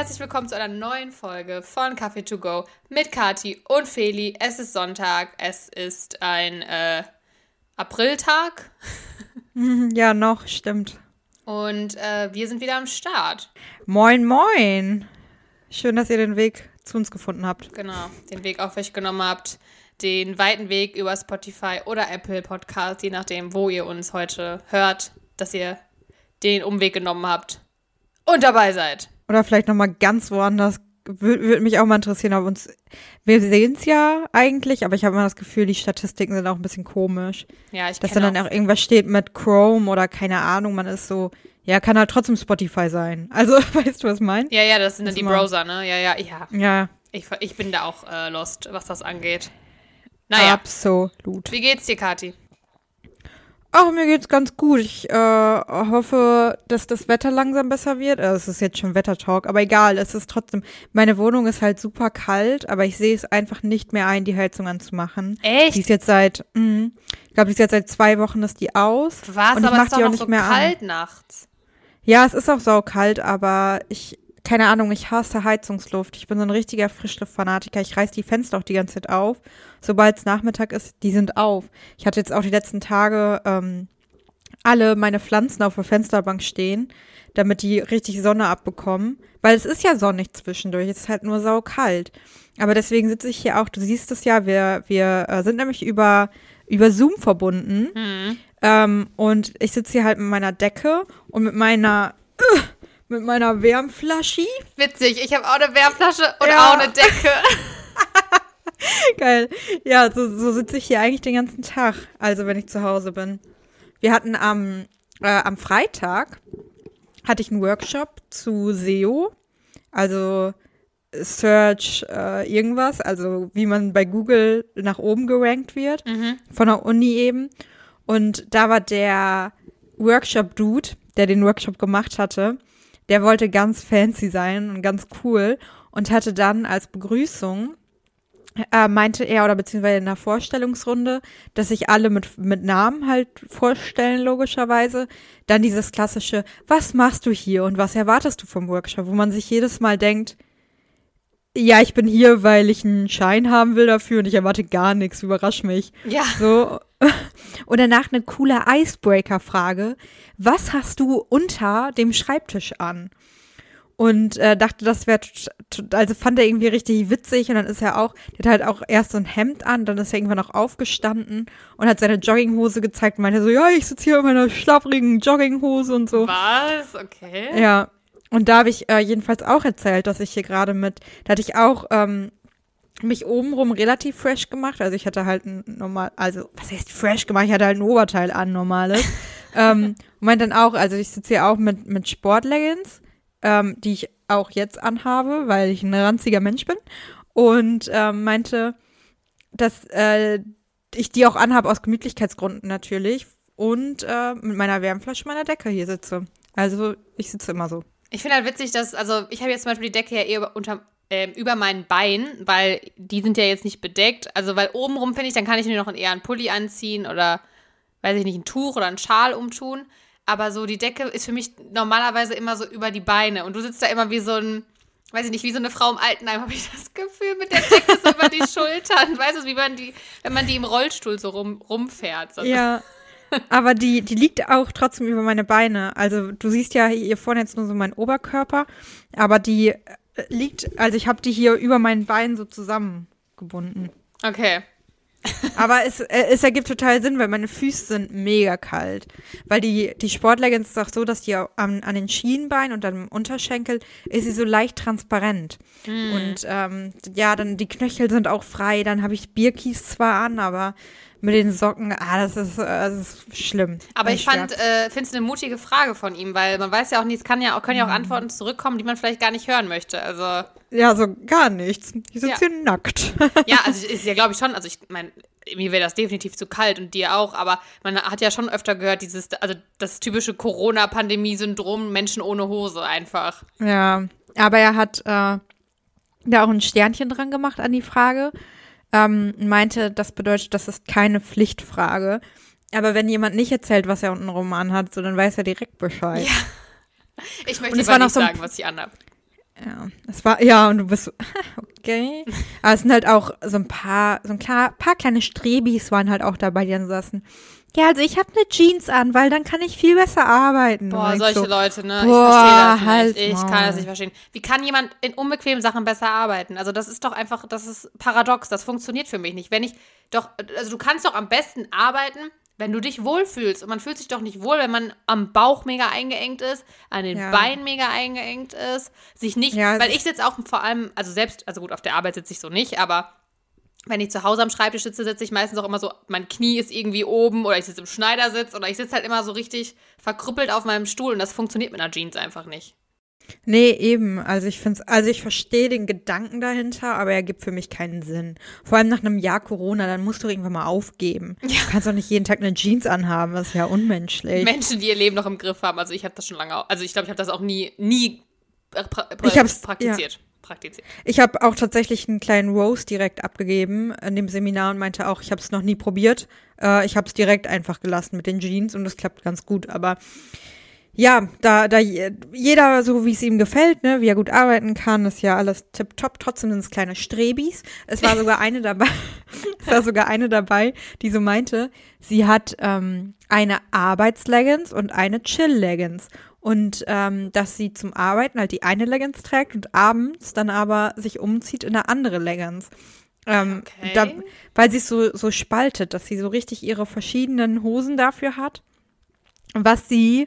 herzlich willkommen zu einer neuen Folge von Kaffee to go mit Kati und Feli. Es ist Sonntag, es ist ein Apriltag. Ja, noch, stimmt. Und wir sind wieder am Start. Moin, moin. Schön, dass ihr den Weg zu uns gefunden habt. Genau, den Weg auf euch genommen habt. Den weiten Weg über Spotify oder Apple Podcast, je nachdem, wo ihr uns heute hört, dass ihr den Umweg genommen habt und dabei seid. Oder vielleicht nochmal ganz woanders. Würde mich auch mal interessieren, ob uns. Wir sehen es ja eigentlich, aber ich habe immer das Gefühl, die Statistiken sind auch ein bisschen komisch. Ja, ich Dass dann auch irgendwas steht mit Chrome oder keine Ahnung, man ist so, ja, kann halt trotzdem Spotify sein. Also, weißt du, was ich meine? Ja, das sind dann die Browser, ne? Ja. Ja. Ich bin da auch lost, was das angeht. Naja. Absolut. Wie geht's dir, Kathi? Ach, mir geht's ganz gut. Ich hoffe, dass das Wetter langsam besser wird. Es ist jetzt schon Wettertalk, aber egal, es ist trotzdem, meine Wohnung ist halt super kalt, aber ich sehe es einfach nicht mehr ein, die Heizung anzumachen. Echt? Die ist jetzt seit 2 Wochen ist die aus. Was, und ich aber mach es ist die doch auch noch nicht so mehr kalt an. nachts. Ja, es ist auch saukalt, aber keine Ahnung, ich hasse Heizungsluft. Ich bin so ein richtiger Frischluftfanatiker. Ich reiß die Fenster auch die ganze Zeit auf. Sobald es Nachmittag ist, die sind auf. Ich hatte jetzt auch die letzten Tage alle meine Pflanzen auf der Fensterbank stehen, damit die richtig Sonne abbekommen. Weil es ist ja sonnig zwischendurch. Es ist halt nur saukalt. Aber deswegen sitze ich hier auch. Du siehst es ja, wir sind nämlich über Zoom verbunden. Und ich sitze hier halt mit meiner Decke und mit meiner Wärmflasche. Witzig, ich habe auch eine Wärmflasche und Ja. auch eine Decke. Geil. Ja, so sitze ich hier eigentlich den ganzen Tag, also wenn ich zu Hause bin. Wir hatten am Freitag hatte ich einen Workshop zu SEO, also Search irgendwas, also wie man bei Google nach oben gerankt wird, von der Uni eben. Und da war der Workshop-Dude, der den Workshop gemacht hatte, der wollte ganz fancy sein und ganz cool und hatte dann als Begrüßung meinte er, oder beziehungsweise in der Vorstellungsrunde, dass sich alle mit Namen halt vorstellen, logischerweise. Dann dieses klassische, was machst du hier und was erwartest du vom Workshop? Wo man sich jedes Mal denkt, ja, ich bin hier, weil ich einen Schein haben will dafür und ich erwarte gar nichts, überrasch mich. Ja. So. Und danach eine coole Icebreaker-Frage. Was hast du unter dem Schreibtisch an? Und dachte, das wäre, also fand er irgendwie richtig witzig und dann ist er auch, der hat halt auch erst so ein Hemd an, dann ist er irgendwann auch aufgestanden und hat seine Jogginghose gezeigt und meinte so, ja, ich sitze hier in meiner schlapprigen Jogginghose und so. Was? Okay. Ja, und da habe ich jedenfalls auch erzählt, dass ich hier gerade da hatte ich auch mich obenrum relativ fresh gemacht, also ich hatte halt was heißt fresh gemacht, ich hatte halt ein Oberteil an, normales. Und meinte dann auch, also ich sitze hier auch mit Sportleggings, die ich auch jetzt anhabe, weil ich ein ranziger Mensch bin. Und meinte, dass ich die auch anhabe aus Gemütlichkeitsgründen natürlich. Und mit meiner Wärmflasche meiner Decke hier sitze. Also ich sitze immer so. Ich finde halt witzig, also ich habe jetzt zum Beispiel die Decke ja eher über meinen Beinen, weil die sind ja jetzt nicht bedeckt. Also weil obenrum finde ich, dann kann ich mir noch eher einen Pulli anziehen oder, weiß ich nicht, ein Tuch oder einen Schal umtun. Aber so die Decke ist für mich normalerweise immer so über die Beine. Und du sitzt da immer wie so weiß ich nicht, wie so eine Frau im Altenheim, habe ich das Gefühl, mit der Decke so über die Schultern. Weißt du, wie wenn man die im Rollstuhl so rumfährt. So. Ja, aber die liegt auch trotzdem über meine Beine. Also du siehst ja hier vorne jetzt nur so meinen Oberkörper. Aber die liegt, also ich habe die hier über meinen Beinen so zusammengebunden. Okay. Aber es ergibt total Sinn, weil meine Füße sind mega kalt. Weil die Sportleggings ist auch so, dass die an den Schienbeinen und am Unterschenkel ist sie so leicht transparent. Und ja, dann die Knöchel sind auch frei. Dann habe ich Birkis zwar an, aber mit den Socken, das ist schlimm. Aber ich finde es eine mutige Frage von ihm, weil man weiß ja auch nicht, es können ja auch Antworten zurückkommen, die man vielleicht gar nicht hören möchte. Also ja, so gar nichts. Ich sitze hier nackt. Ja, also ist ja, glaube ich, schon, also ich meine, mir wäre das definitiv zu kalt und dir auch, aber man hat ja schon öfter gehört, das typische Corona-Pandemie-Syndrom, Menschen ohne Hose einfach. Ja, aber er hat da auch ein Sternchen dran gemacht an die Frage. Meinte, das bedeutet, das ist keine Pflichtfrage. Aber wenn jemand nicht erzählt, was er untenrum anhat, so, dann weiß er direkt Bescheid. Ja. Ich möchte lieber aber noch nicht so sagen, was ich anhab. Ja, es war, ja, und du bist so, okay. Aber es sind halt auch so ein paar kleine Strebis waren halt auch dabei, die dann saßen. Ja, also ich habe eine Jeans an, weil dann kann ich viel besser arbeiten. Boah, und solche so, Leute, ne? boah, Ich verstehe das nicht. halt Ich Maul. kann das nicht verstehen. Wie kann jemand in unbequemen Sachen besser arbeiten? Also das ist doch einfach, das ist paradox. Das funktioniert für mich nicht. Also du kannst doch am besten arbeiten, wenn du dich wohlfühlst. Und man fühlt sich doch nicht wohl, wenn man am Bauch mega eingeengt ist, an den Ja. Beinen mega eingeengt ist, sich nicht, Ja, weil ich sitze auch vor allem, also gut, auf der Arbeit sitze ich so nicht, aber wenn ich zu Hause am Schreibtisch sitze, sitze ich meistens auch immer so, mein Knie ist irgendwie oben oder ich sitze im Schneidersitz oder ich sitze halt immer so richtig verkrüppelt auf meinem Stuhl und das funktioniert mit einer Jeans einfach nicht. Nee, eben. Also ich verstehe den Gedanken dahinter, aber er gibt für mich keinen Sinn. Vor allem nach einem Jahr Corona, dann musst du irgendwann mal aufgeben. Du kannst doch nicht jeden Tag eine Jeans anhaben, das ist ja unmenschlich. Menschen, die ihr Leben noch im Griff haben, also ich habe das schon lange, also ich glaube, ich habe das auch nie praktiziert. Ich habe auch tatsächlich einen kleinen Roast direkt abgegeben in dem Seminar und meinte auch, ich habe es noch nie probiert. Ich habe es direkt einfach gelassen mit den Jeans und das klappt ganz gut. Aber ja, da jeder so, wie es ihm gefällt, ne, wie er gut arbeiten kann, ist ja alles tipptopp. Trotzdem sind es kleine Strebis. Es war sogar eine dabei, die so meinte, sie hat eine Arbeitsleggings und eine Chill-Leggings. Und dass sie zum Arbeiten halt die eine Leggings trägt und abends dann aber sich umzieht in eine andere Leggings. Okay. Weil sie es so spaltet, dass sie so richtig ihre verschiedenen Hosen dafür hat. Was sie,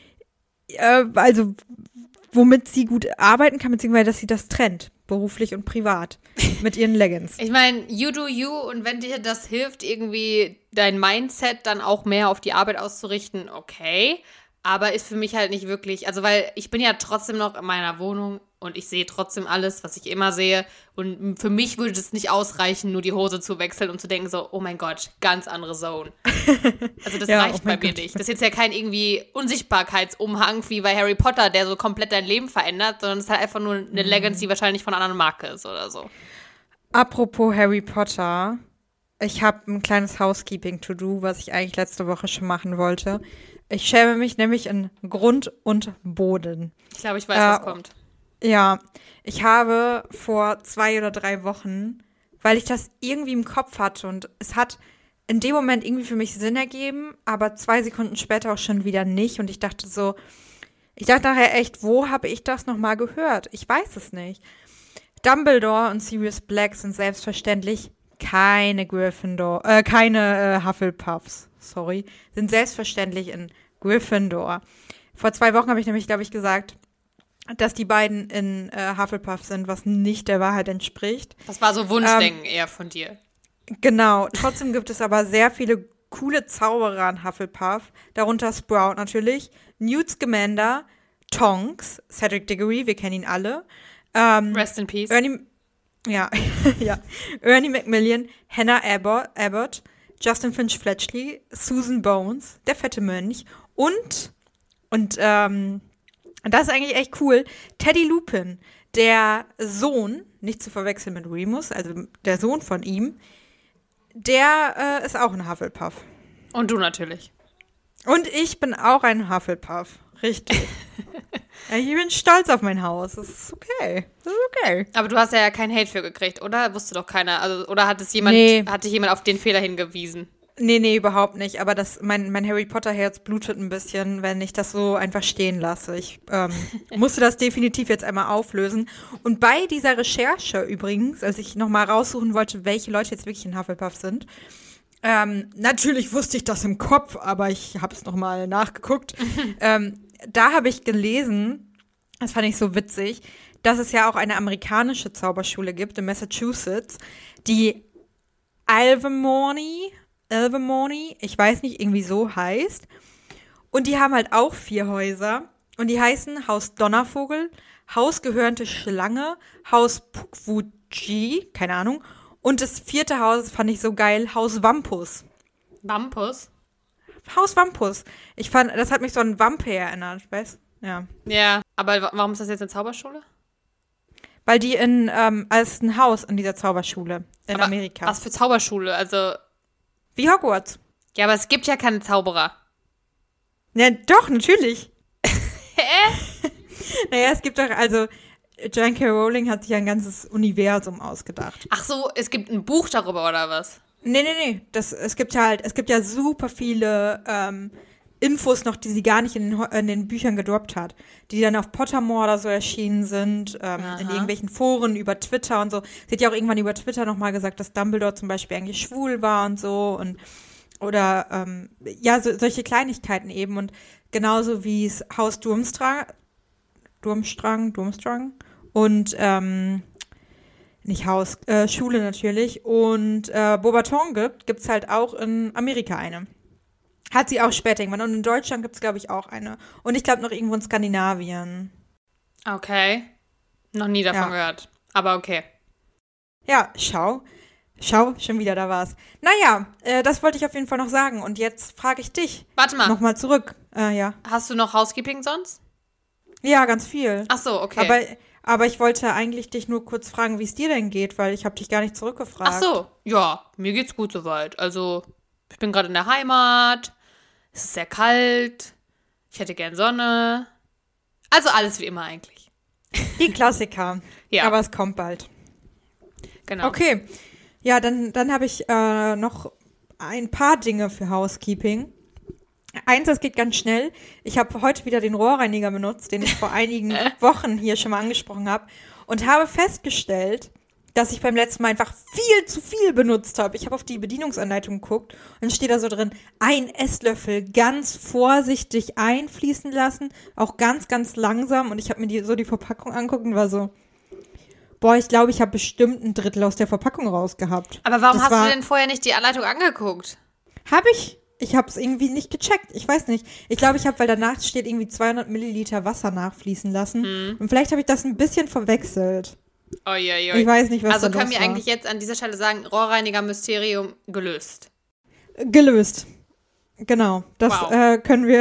also womit sie gut arbeiten kann, beziehungsweise dass sie das trennt, beruflich und privat, mit ihren Leggings. Ich meine, you do you und wenn dir das hilft, irgendwie dein Mindset dann auch mehr auf die Arbeit auszurichten, okay. Aber ist für mich halt nicht wirklich, also weil ich bin ja trotzdem noch in meiner Wohnung und ich sehe trotzdem alles, was ich immer sehe. Und für mich würde es nicht ausreichen, nur die Hose zu wechseln und zu denken so, oh mein Gott, ganz andere Zone. Also das Ja, reicht oh bei mein mir Gott. nicht. Das ist jetzt ja kein irgendwie Unsichtbarkeitsumhang wie bei Harry Potter, der so komplett dein Leben verändert, sondern es ist halt einfach nur eine Leggings, die wahrscheinlich von einer anderen Marke ist oder so. Apropos Harry Potter, ich habe ein kleines Housekeeping-To-Do, was ich eigentlich letzte Woche schon machen wollte. Ich schäme mich nämlich in Grund und Boden. Ich glaube, ich weiß, was kommt. Ja, ich habe vor 2 oder 3 Wochen, weil ich das irgendwie im Kopf hatte und es hat in dem Moment irgendwie für mich Sinn ergeben, aber 2 Sekunden später auch schon wieder nicht und ich dachte nachher echt, wo habe ich das nochmal gehört? Ich weiß es nicht. Dumbledore und Sirius Black sind selbstverständlich keine Hufflepuffs, sind selbstverständlich in Gryffindor. Vor 2 Wochen habe ich nämlich, glaube ich, gesagt, dass die beiden in Hufflepuff sind, was nicht der Wahrheit entspricht. Das war so Wunschdenken eher von dir. Genau, trotzdem gibt es aber sehr viele coole Zauberer an Hufflepuff, darunter Sprout natürlich, Newt Scamander, Tonks, Cedric Diggory, wir kennen ihn alle. Rest in Peace. Ja. Ernie Macmillan, Hannah Abbott, Justin Finch Fletchley, Susan Bones, der fette Mönch und das ist eigentlich echt cool, Teddy Lupin, der Sohn, nicht zu verwechseln mit Remus, also der Sohn von ihm, der ist auch ein Hufflepuff. Und du natürlich. Und ich bin auch ein Hufflepuff, richtig. Ich bin stolz auf mein Haus. Das ist okay. Aber du hast ja keinen Hate für gekriegt, oder? Wusste doch keiner. Also, oder hat dich jemand auf den Fehler hingewiesen? Nee, überhaupt nicht. Aber mein Harry Potter-Herz blutet ein bisschen, wenn ich das so einfach stehen lasse. Ich musste das definitiv jetzt einmal auflösen. Und bei dieser Recherche übrigens, als ich nochmal raussuchen wollte, welche Leute jetzt wirklich in Hufflepuff sind, natürlich wusste ich das im Kopf, aber ich habe es nochmal nachgeguckt. Da habe ich gelesen, das fand ich so witzig, dass es ja auch eine amerikanische Zauberschule gibt in Massachusetts, die Ilvermorny, ich weiß nicht, irgendwie so heißt. Und die haben halt auch 4 Häuser. Und die heißen Haus Donnervogel, Haus Gehörnte Schlange, Haus Pukwudgie, keine Ahnung. Und das 4. Haus, das fand ich so geil, Haus Wampus. Wampus? Haus Wampus. Ich fand, das hat mich so an Vampir erinnert, weißt du? Ja. Ja, aber warum ist das jetzt eine Zauberschule? Weil die als ein Haus in dieser Zauberschule in Amerika. Was für Zauberschule? Also. Wie Hogwarts. Ja, aber es gibt ja keine Zauberer. Ja, doch, natürlich. Naja, es gibt doch, also J.K. Rowling hat sich ein ganzes Universum ausgedacht. Ach so, es gibt ein Buch darüber, oder was? Nee. Es gibt ja super viele Infos noch, die sie gar nicht in den Büchern gedroppt hat, die dann auf Pottermore oder so erschienen sind, in irgendwelchen Foren über Twitter und so. Sie hat ja auch irgendwann über Twitter nochmal gesagt, dass Dumbledore zum Beispiel eigentlich schwul war und so oder solche Kleinigkeiten eben und genauso wie es Haus Durmstrang und nicht Haus, Schule natürlich und Beauxbaton gibt's halt auch in Amerika eine. Hat sie auch später irgendwann. Und in Deutschland gibt es, glaube ich, auch eine. Und ich glaube noch irgendwo in Skandinavien. Okay. Noch nie davon gehört. Aber okay. Ja, schau, schon wieder da war's. Naja, das wollte ich auf jeden Fall noch sagen. Und jetzt frage ich dich. Warte mal. Nochmal zurück. Ja. Hast du noch Housekeeping sonst? Ja, ganz viel. Ach so, okay. Aber ich wollte eigentlich dich nur kurz fragen, wie es dir denn geht, weil ich habe dich gar nicht zurückgefragt. Ach so, ja, mir geht's gut soweit. Also, ich bin gerade in der Heimat. Es ist sehr kalt. Ich hätte gern Sonne. Also alles wie immer eigentlich. Die Klassiker. Ja. Aber es kommt bald. Genau. Okay. Ja, dann habe ich noch ein paar Dinge für Housekeeping. Eins, das geht ganz schnell. Ich habe heute wieder den Rohrreiniger benutzt, den ich vor einigen Wochen hier schon mal angesprochen habe. Und habe festgestellt, dass ich beim letzten Mal einfach viel zu viel benutzt habe. Ich habe auf die Bedienungsanleitung geguckt und dann steht da so drin, 1 Esslöffel ganz vorsichtig einfließen lassen, auch ganz, ganz langsam. Und ich habe mir die Verpackung angeguckt und war so, boah, ich glaube, ich habe bestimmt 1/3 aus der Verpackung rausgehabt. Aber warum hast du denn vorher nicht die Anleitung angeguckt? Habe ich. Ich habe es irgendwie nicht gecheckt. Ich weiß nicht. Ich glaube, weil danach steht irgendwie 200 Milliliter Wasser nachfließen lassen. Und vielleicht habe ich das ein bisschen verwechselt. Oi. Ich weiß nicht, was Also da los können wir war. eigentlich jetzt an dieser Stelle sagen, Rohrreiniger-Mysterium gelöst. Gelöst. Genau. Das Wow. können wir.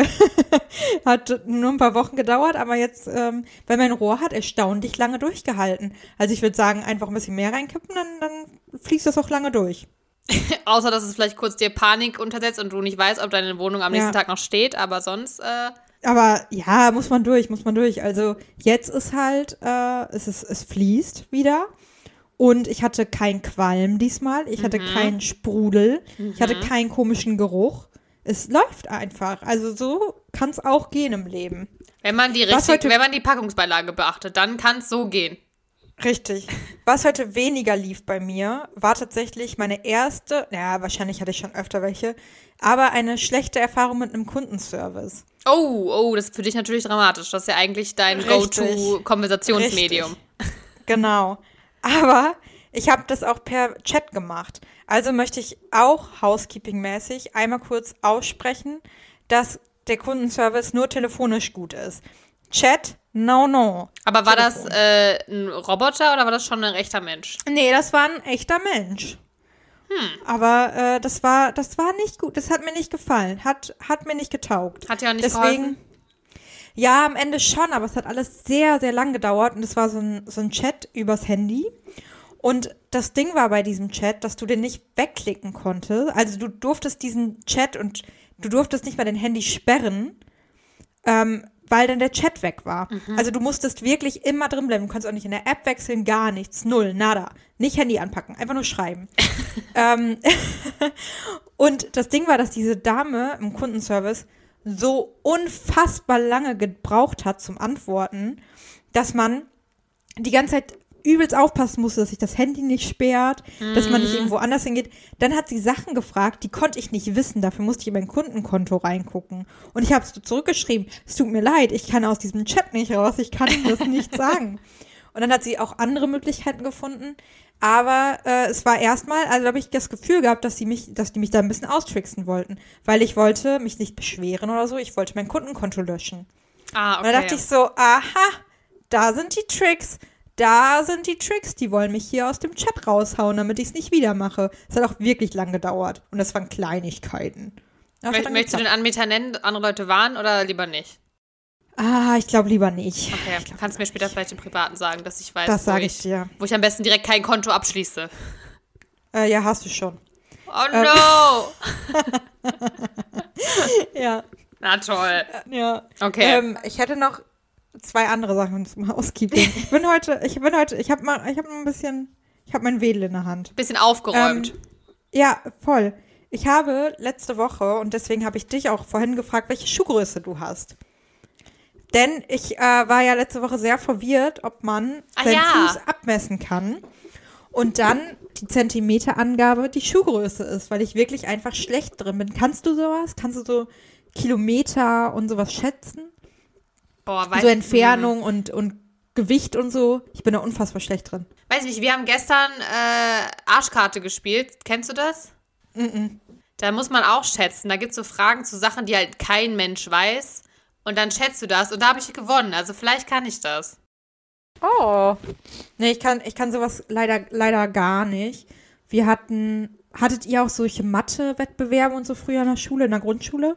Hat nur ein paar Wochen gedauert, aber jetzt, weil mein Rohr hat erstaunlich lange durchgehalten. Also ich würde sagen, einfach ein bisschen mehr reinkippen, dann fließt das auch lange durch. Außer, dass es vielleicht kurz dir Panik untersetzt und du nicht weißt, ob deine Wohnung am nächsten Tag noch steht, aber sonst, Aber ja, muss man durch. Also jetzt ist halt, es fließt wieder. Und ich hatte keinen Qualm diesmal. Ich hatte keinen Sprudel. Ich hatte keinen komischen Geruch. Es läuft einfach. Also so kann es auch gehen im Leben. wenn man die Packungsbeilage beachtet, dann kann es so gehen. Richtig. Was heute weniger lief bei mir, war tatsächlich meine erste, wahrscheinlich hatte ich schon öfter welche, aber eine schlechte Erfahrung mit einem Kundenservice. Oh, das ist für dich natürlich dramatisch. Das ist ja eigentlich dein Go-To-Konversationsmedium. Genau. Aber ich habe das auch per Chat gemacht. Also möchte ich auch housekeeping-mäßig einmal kurz aussprechen, dass der Kundenservice nur telefonisch gut ist. Chat, no. Aber war Telefon. das ein Roboter oder war das schon ein echter Mensch? Nee, das war ein echter Mensch. Aber das war nicht gut. Das hat mir nicht gefallen. Hat mir nicht getaugt. Hat ja auch nicht geholfen? Ja, am Ende schon, aber es hat alles sehr, sehr lang gedauert und es war so ein Chat übers Handy. Und das Ding war bei diesem Chat, dass du den nicht wegklicken konntest. Also du durftest diesen Chat und du durftest nicht mal dein Handy sperren, weil dann der Chat weg war. Also du musstest wirklich immer drin bleiben. Du kannst auch nicht in der App wechseln, gar nichts, null, nada. Nicht Handy anpacken, einfach nur schreiben. Und das Ding war, dass diese Dame im Kundenservice so unfassbar lange gebraucht hat zum Antworten, dass man die ganze Zeit übelst aufpassen musste, dass sich das Handy nicht sperrt, dass man nicht irgendwo anders hingeht. Dann hat sie Sachen gefragt, die konnte ich nicht wissen. Dafür musste ich in mein Kundenkonto reingucken. Und ich habe es zurückgeschrieben, es tut mir leid, ich kann aus diesem Chat nicht raus, ich kann Ihnen das nicht sagen. Und dann hat sie auch andere Möglichkeiten gefunden. Aber es war erstmal, also da habe ich das Gefühl gehabt, dass die mich da ein bisschen austricksen wollten. Weil ich wollte mich nicht beschweren oder so, ich wollte mein Kundenkonto löschen. Ah, okay. Und da dachte ich so, aha, da sind die Tricks. Die wollen mich hier aus dem Chat raushauen, damit ich es nicht wieder mache. Es hat auch wirklich lang gedauert. Und das waren Kleinigkeiten. Möchtest du den Anbieter nennen, andere Leute warnen oder lieber nicht? Ich glaube lieber nicht. Okay, kannst du mir später vielleicht im Privaten sagen, dass ich weiß, das sage ich dir. Wo ich am besten direkt kein Konto abschließe. Ja, hast du schon. Oh no! Ja. Na toll. Ja. Okay. Ich hätte noch 2 andere Sachen zum Housekeeping. Ich habe mein Wedel in der Hand. Bisschen aufgeräumt. Ja, voll. Ich habe letzte Woche, und deswegen habe ich dich auch vorhin gefragt, welche Schuhgröße du hast. Denn ich war ja letzte Woche sehr verwirrt, ob man seinen Fuß abmessen kann und dann die Zentimeterangabe die Schuhgröße ist, weil ich wirklich einfach schlecht drin bin. Kannst du sowas? Kannst du so Kilometer und sowas schätzen? Boah, weiß so Entfernung und Gewicht und so. Ich bin da unfassbar schlecht drin. Weiß nicht, wir haben gestern Arschkarte gespielt. Kennst du das? Da muss man auch schätzen. Da gibt es so Fragen zu Sachen, die halt kein Mensch weiß. Und dann schätzt du das. Und da habe ich gewonnen. Also vielleicht kann ich das. Oh. Nee, ich kann sowas leider gar nicht. Hattet ihr auch solche Mathe-Wettbewerbe und so früher in der Schule, in der Grundschule?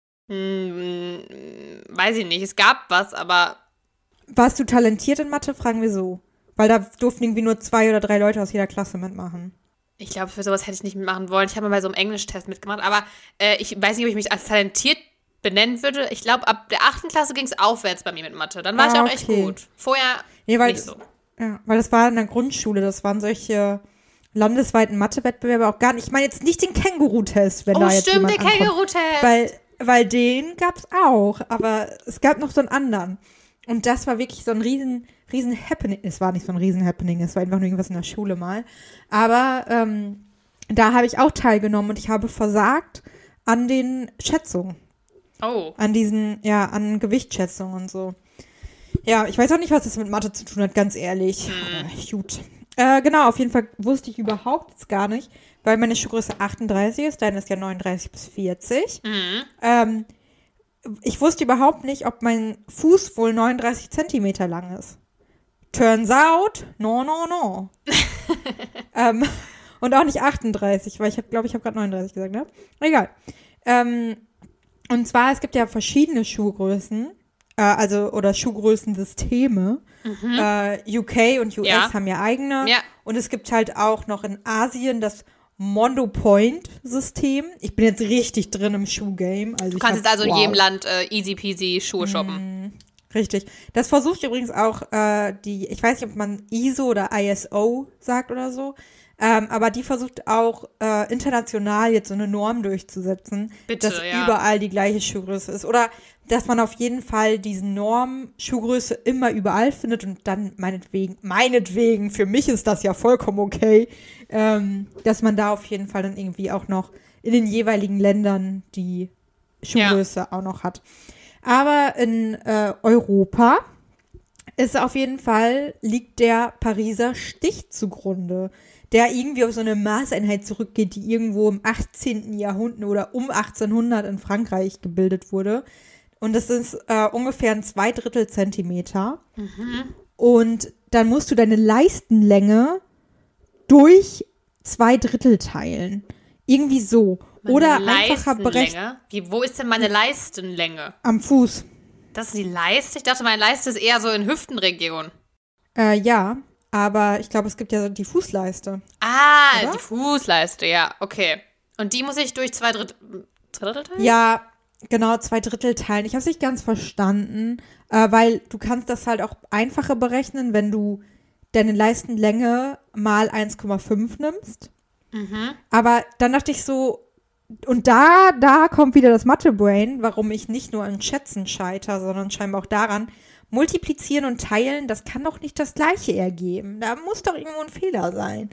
Weiß ich nicht. Es gab was, aber... Warst du talentiert in Mathe? Fragen wir so. Weil da durften irgendwie nur 2 oder 3 Leute aus jeder Klasse mitmachen. Ich glaube, für sowas hätte ich nicht mitmachen wollen. Ich habe mal bei so einem Englisch-Test mitgemacht. Aber ich weiß nicht, ob ich mich als talentiert benennen würde. Ich glaube, ab der 8. Klasse ging es aufwärts bei mir mit Mathe. Dann war ich auch echt gut. Vorher nicht so. Ja, weil das war in der Grundschule. Das waren solche landesweiten Mathe-Wettbewerbe auch gar nicht. Ich meine jetzt nicht den Känguru-Test, wenn da jetzt jemand ankommt. Känguru-Test. Weil den gab's auch. Aber es gab noch so einen anderen. Und das war wirklich so ein riesen Happening. Es war nicht so ein riesen Happening, es war einfach nur irgendwas in der Schule mal. Aber da habe ich auch teilgenommen und ich habe versagt an den Schätzungen. Oh. An Gewichtsschätzungen und so. Ja, ich weiß auch nicht, was das mit Mathe zu tun hat, ganz ehrlich. Aber gut. Genau, auf jeden Fall wusste ich überhaupt jetzt gar nicht, weil meine Schuhgröße 38 ist, deine ist ja 39 bis 40. Ich wusste überhaupt nicht, ob mein Fuß wohl 39 Zentimeter lang ist. Turns out, no. Und auch nicht 38, weil ich habe gerade 39 gesagt, ne? Egal. Und zwar, es gibt ja verschiedene Schuhgrößen, oder Schuhgrößensysteme. UK und US haben ja eigene. Ja. Und es gibt halt auch noch in Asien das Mondo-Point-System. Ich bin jetzt richtig drin im Schuhgame. Du kannst jetzt also in jedem Land easy peasy Schuhe shoppen. Richtig. Das versucht übrigens auch ich weiß nicht, ob man ISO oder ISO sagt oder so, aber die versucht auch international jetzt so eine Norm durchzusetzen, dass überall die gleiche Schuhgröße ist. Oder dass man auf jeden Fall diese Norm Schuhgröße immer überall findet und dann meinetwegen, für mich ist das ja vollkommen okay, dass man da auf jeden Fall dann irgendwie auch noch in den jeweiligen Ländern die Schuhgröße auch noch hat. Aber in Europa liegt der Pariser Stich zugrunde, der irgendwie auf so eine Maßeinheit zurückgeht, die irgendwo im 18. Jahrhundert oder um 1800 in Frankreich gebildet wurde. Und das ist ungefähr ein 2/3 Zentimeter. Und dann musst du deine Leistenlänge durch 2/3 teilen. Irgendwie so. Oder einfacher berechnen. Wo ist denn meine Leistenlänge? Am Fuß. Das ist die Leiste? Ich dachte, meine Leiste ist eher so in Hüftenregion. Ja, aber ich glaube, es gibt ja die Fußleiste. Oder? Die Fußleiste, ja, okay. Und die muss ich durch 2/3 teilen? Ja, genau, 2/3 teilen. Ich habe es nicht ganz verstanden, weil du kannst das halt auch einfacher berechnen, wenn du deine Leistenlänge mal 1,5 nimmst. Aber dann dachte ich so, und da kommt wieder das Mathe-Brain, warum ich nicht nur an Schätzen scheitere, sondern scheinbar auch daran, multiplizieren und teilen, das kann doch nicht das Gleiche ergeben. Da muss doch irgendwo ein Fehler sein.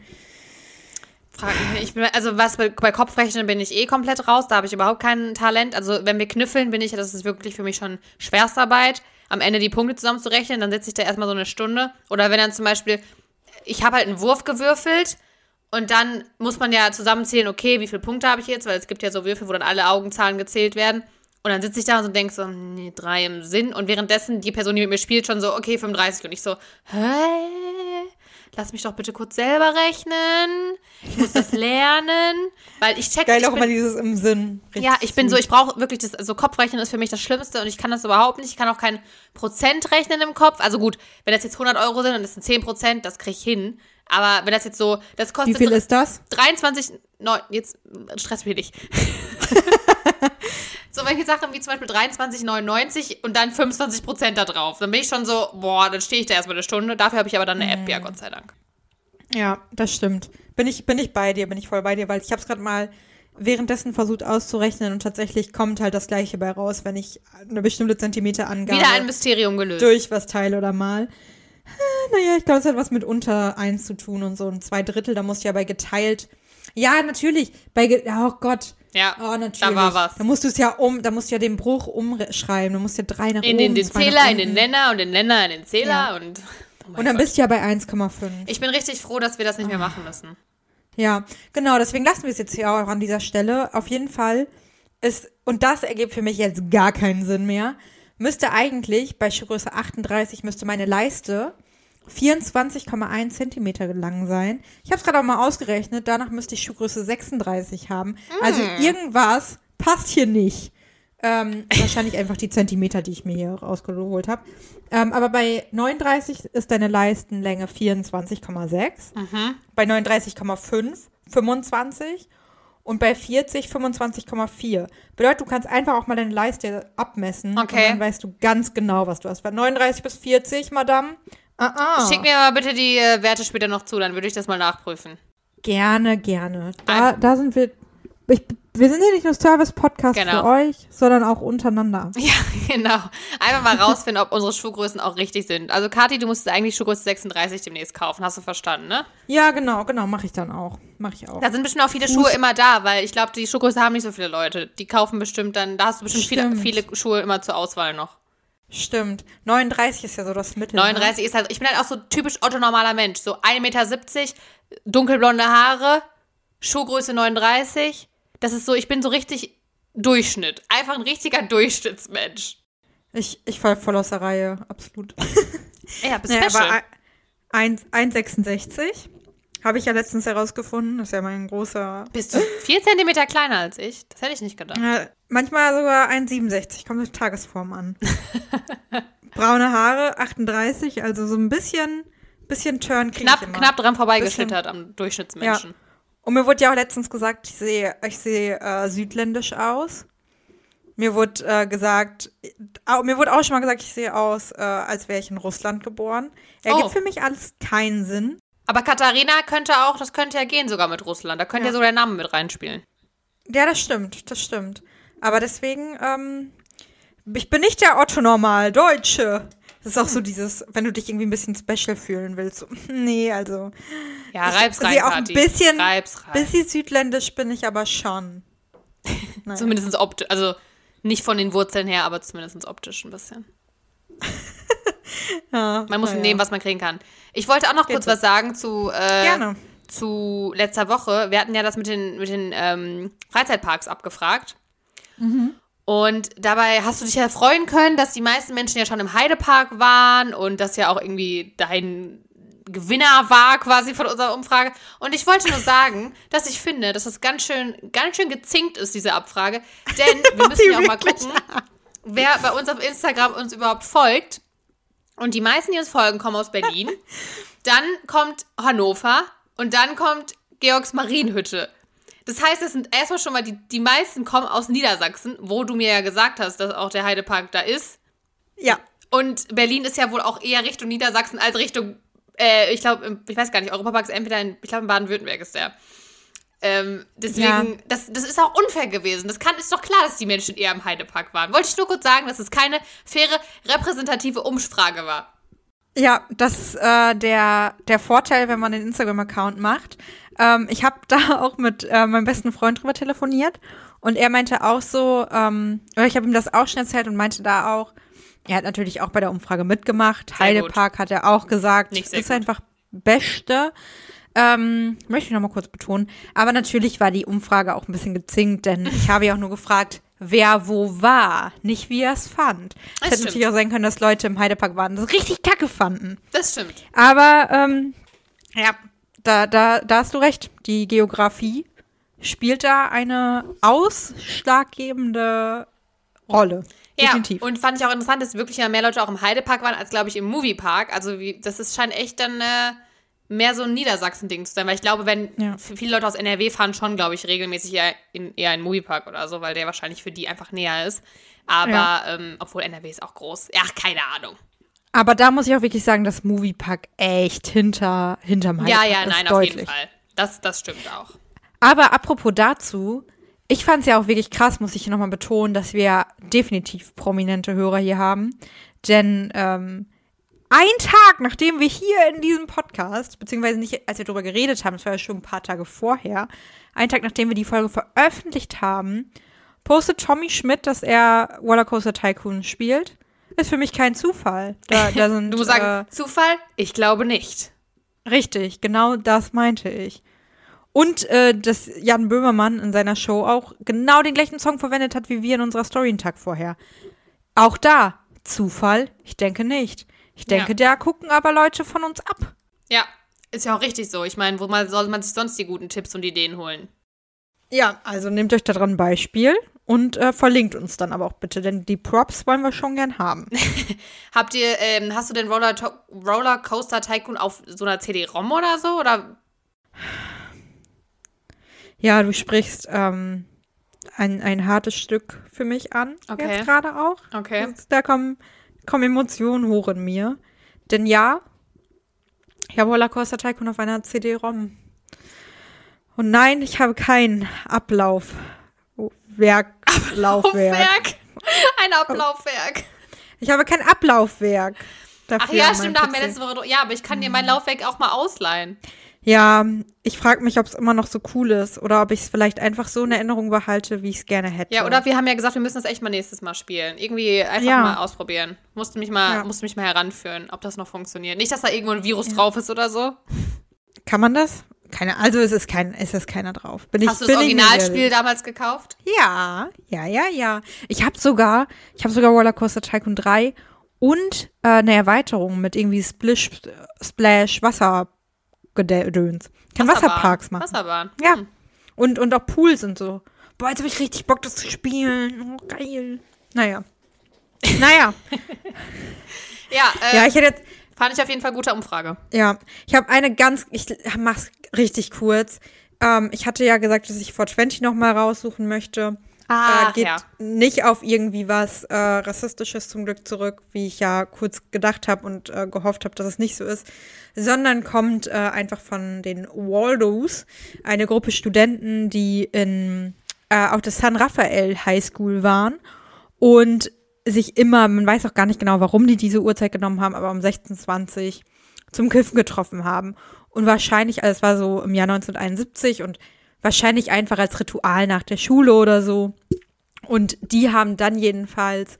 Bei Kopfrechnen bin ich komplett raus, da habe ich überhaupt kein Talent. Also wenn wir knüffeln, das ist wirklich für mich schon Schwerstarbeit, am Ende die Punkte zusammenzurechnen, dann sitze ich da erstmal so eine Stunde. Oder wenn dann zum Beispiel, ich habe halt einen Wurf gewürfelt, und dann muss man ja zusammenzählen, okay, wie viele Punkte habe ich jetzt? Weil es gibt ja so Würfel, wo dann alle Augenzahlen gezählt werden. Und dann sitze ich da und so denke so, 3 im Sinn. Und währenddessen die Person, die mit mir spielt, schon so, okay, 35. Und ich so, lass mich doch bitte kurz selber rechnen. Ich muss das lernen. Weil ich check... Geil, auch immer dieses im Sinn. Ja, ich brauche wirklich das, also Kopfrechnen ist für mich das Schlimmste und ich kann das überhaupt nicht. Ich kann auch kein Prozent rechnen im Kopf. Also gut, wenn das jetzt 100 € sind und das sind 10%, das kriege ich hin. Aber wenn das jetzt so, das kostet... Wie viel ist das? 23, jetzt stress mich nicht. So welche Sachen wie zum Beispiel 23,99 und dann 25% da drauf. Dann bin ich schon so, boah, dann stehe ich da erstmal eine Stunde. Dafür habe ich aber dann eine App, ja, Gott sei Dank. Ja, das stimmt. Bin ich bei dir, bin ich voll bei dir, weil ich habe es gerade mal währenddessen versucht auszurechnen und tatsächlich kommt halt das Gleiche bei raus, wenn ich eine bestimmte Zentimeterangabe Wieder ein Mysterium gelöst. durch was teile oder mal. Naja, ich glaube, es hat was mit unter 1 zu tun und so ein 2/3, da musst du ja bei geteilt. Ja, natürlich. Oh Gott. Ja, oh, natürlich. da war was. Da musst du es ja da musst du ja den Bruch umschreiben. Du musst ja 3 nach in oben, den 2 Zähler, nach in den unten. Nenner und den Nenner in den Zähler Ja. und Und dann bist du ja bei 1,5. Ich bin richtig froh, dass wir das nicht mehr machen müssen. Ja, genau, deswegen lassen wir es jetzt hier auch an dieser Stelle. Auf jeden Fall und das ergibt für mich jetzt gar keinen Sinn mehr, müsste eigentlich bei Schuhgröße 38 müsste meine Leiste 24,1 Zentimeter lang sein. Ich habe es gerade auch mal ausgerechnet, danach müsste ich Schuhgröße 36 haben. Also irgendwas passt hier nicht. Wahrscheinlich einfach die Zentimeter, die ich mir hier rausgeholt habe. Aber bei 39 ist deine Leistenlänge 24,6. Bei 39,5 25 und bei 40 25,4. Bedeutet, du kannst einfach auch mal deine Leiste abmessen. Okay. Und dann weißt du ganz genau, was du hast. Bei 39 bis 40, Madame. Schick mir mal bitte die Werte später noch zu, dann würde ich das mal nachprüfen. Gerne. Da sind wir. Wir sind hier nicht nur Service-Podcast für euch, sondern auch untereinander. Ja, genau. Einfach mal rausfinden, ob unsere Schuhgrößen auch richtig sind. Also, Kathi, du musst eigentlich Schuhgröße 36 demnächst kaufen. Hast du verstanden, ne? Ja, genau. Mache ich dann auch. Da sind bestimmt auch viele Schuhe immer da, weil ich glaube, die Schuhgröße haben nicht so viele Leute. Die kaufen bestimmt dann, da hast du bestimmt viele Schuhe immer zur Auswahl noch. Stimmt. 39 ist ja so das Mittel. 39 ist halt, ich bin halt auch so typisch otto-normaler Mensch. So 1,70 Meter, dunkelblonde Haare, Schuhgröße 39. Das ist so, ich bin so richtig Durchschnitt. Einfach ein richtiger Durchschnittsmensch. Ich fall voll aus der Reihe, absolut. Ja, bist special. Aber 1,66 habe ich ja letztens herausgefunden. Das ist ja mein großer... Bist du 4 Zentimeter kleiner als ich? Das hätte ich nicht gedacht. Manchmal sogar 1,67. Kommt auf die Tagesform an. Braune Haare, 38. Also so ein bisschen Turn kriege ich immer. Knapp dran vorbeigeschlittert am Durchschnittsmenschen. Ja. Und mir wurde ja auch letztens gesagt, ich sehe südländisch aus. Mir wurde auch schon mal gesagt, ich sehe aus, als wäre ich in Russland geboren. Ergibt für mich alles keinen Sinn. Aber Katharina das könnte ja gehen sogar mit Russland. Da könnte ja sogar der Name mit reinspielen. Ja, das stimmt. Aber deswegen, ich bin nicht der Otto-Normal-Deutsche. Das ist auch so dieses, wenn du dich irgendwie ein bisschen special fühlen willst. So, nee, also. Ja, reib's rein, auch ein bisschen, reib's rein. Bisschen südländisch bin ich aber schon. Naja. Zumindest optisch, also nicht von den Wurzeln her, aber zumindest optisch ein bisschen. Ja, man muss nehmen, was man kriegen kann. Ich wollte auch noch kurz was sagen Gerne. Zu letzter Woche. Wir hatten ja das mit den Freizeitparks abgefragt. Und dabei hast du dich ja freuen können, dass die meisten Menschen ja schon im Heidepark waren und das ja auch irgendwie dein Gewinner war quasi von unserer Umfrage. Und ich wollte nur sagen, dass ich finde, dass das ganz schön gezinkt ist, diese Abfrage. Denn wir müssen ja auch mal gucken, wer bei uns auf Instagram uns überhaupt folgt. Und die meisten, die uns folgen, kommen aus Berlin. Dann kommt Hannover und dann kommt Georgs Marienhütte. Das heißt, es sind erstmal schon mal die meisten kommen aus Niedersachsen, wo du mir ja gesagt hast, dass auch der Heidepark da ist. Ja. Und Berlin ist ja wohl auch eher Richtung Niedersachsen als Richtung, ich glaube, ich weiß gar nicht, Europapark ist entweder in Baden-Württemberg ist der. Deswegen, das ist auch unfair gewesen. Ist doch klar, dass die Menschen eher im Heidepark waren. Wollte ich nur kurz sagen, dass es keine faire, repräsentative Umfrage war. Ja, das ist der Vorteil, wenn man den Instagram-Account macht. Ich habe da auch mit meinem besten Freund drüber telefoniert und er meinte auch so, oder ich habe ihm das auch schon erzählt und meinte da auch, er hat natürlich auch bei der Umfrage mitgemacht. Heidepark hat er auch gesagt, ist einfach Beste. Möchte ich noch mal kurz betonen. Aber natürlich war die Umfrage auch ein bisschen gezinkt, denn ich habe ja auch nur gefragt, wer wo war, nicht wie er es fand. Es hätte natürlich auch sein können, dass Leute im Heidepark waren, das richtig kacke fanden. Das stimmt. Aber, ja, da hast du recht. Die Geografie spielt da eine ausschlaggebende Rolle. Definitiv. Ja, und fand ich auch interessant, dass wirklich mehr Leute auch im Heidepark waren, als, glaube ich, im Moviepark. Also, das scheint echt dann mehr so ein Niedersachsen-Ding zu sein, weil ich glaube, viele Leute aus NRW fahren schon, glaube ich, regelmäßig eher in einen Moviepark oder so, weil der wahrscheinlich für die einfach näher ist. Aber, obwohl NRW ist auch groß. Ja, keine Ahnung. Aber da muss ich auch wirklich sagen, dass Moviepark echt hinterm Heidepark ist. Nein, deutlich. auf jeden Fall. Das stimmt auch. Aber apropos dazu, ich fand es ja auch wirklich krass, muss ich nochmal betonen, dass wir definitiv prominente Hörer hier haben. Denn ein Tag, nachdem wir hier in diesem Podcast, beziehungsweise nicht, als wir darüber geredet haben, das war ja schon ein paar Tage vorher, ein Tag, nachdem wir die Folge veröffentlicht haben, postet Tommy Schmidt, dass er Rollercoaster Tycoon spielt. Ist für mich kein Zufall. Da sind, du sagst Zufall? Ich glaube nicht. Richtig, genau das meinte ich. Und dass Jan Böhmermann in seiner Show auch genau den gleichen Song verwendet hat, wie wir in unserer Story einen Tag vorher. Auch da, Zufall? Ich denke nicht. Ich denke, da gucken aber Leute von uns ab. Ja, ist ja auch richtig so. Ich meine, soll man sich sonst die guten Tipps und Ideen holen? Ja, also nehmt euch daran ein Beispiel und verlinkt uns dann aber auch bitte, denn die Props wollen wir schon gern haben. Hast du den Rollercoaster Tycoon auf so einer CD-ROM oder so? Oder? Ja, du sprichst ein hartes Stück für mich an, jetzt gerade auch. Okay. Da kommen Emotionen hoch in mir. Denn ja, ich habe Rollercoaster Tycoon auf einer CD-ROM. Und nein, ich habe kein Laufwerk. Ein Ablaufwerk. Ich habe kein Ablaufwerk. Ach ja, stimmt, da haben wir letzte Woche. Ja, aber ich kann dir mein Laufwerk auch mal ausleihen. Ja, ich frage mich, ob es immer noch so cool ist oder ob ich es vielleicht einfach so in Erinnerung behalte, wie ich es gerne hätte. Ja, oder wir haben ja gesagt, wir müssen das echt mal nächstes Mal spielen. Irgendwie einfach mal ausprobieren. Musst du mich mal heranführen, ob das noch funktioniert. Nicht, dass da irgendwo ein Virus drauf ist oder so. Kann man das? Also es ist keiner drauf. Hast du das Originalspiel damals gekauft? Ja. Ich habe sogar Rollercoaster Tycoon 3 und eine Erweiterung mit irgendwie Splash Wassergedöns. Kann Wasserparks machen. Wasserbahn. Ja. Und auch Pools und so. Boah, jetzt habe ich richtig Bock, das zu spielen. Oh, geil. Naja. Ja, ich hätte jetzt. Fand ich auf jeden Fall gute Umfrage. Ja, ich mach's richtig kurz. Ich hatte ja gesagt, dass ich 420 noch mal raussuchen möchte. Geht nicht auf irgendwie was Rassistisches zum Glück zurück, wie ich ja kurz gedacht habe und gehofft habe, dass es nicht so ist, sondern kommt einfach von den Waldos, eine Gruppe Studenten, die auf der San Rafael High School waren und sich immer, man weiß auch gar nicht genau, warum die diese Uhrzeit genommen haben, aber um 16:20 zum Kiffen getroffen haben. Und wahrscheinlich, also es war so im Jahr 1971 und wahrscheinlich einfach als Ritual nach der Schule oder so. Und die haben dann jedenfalls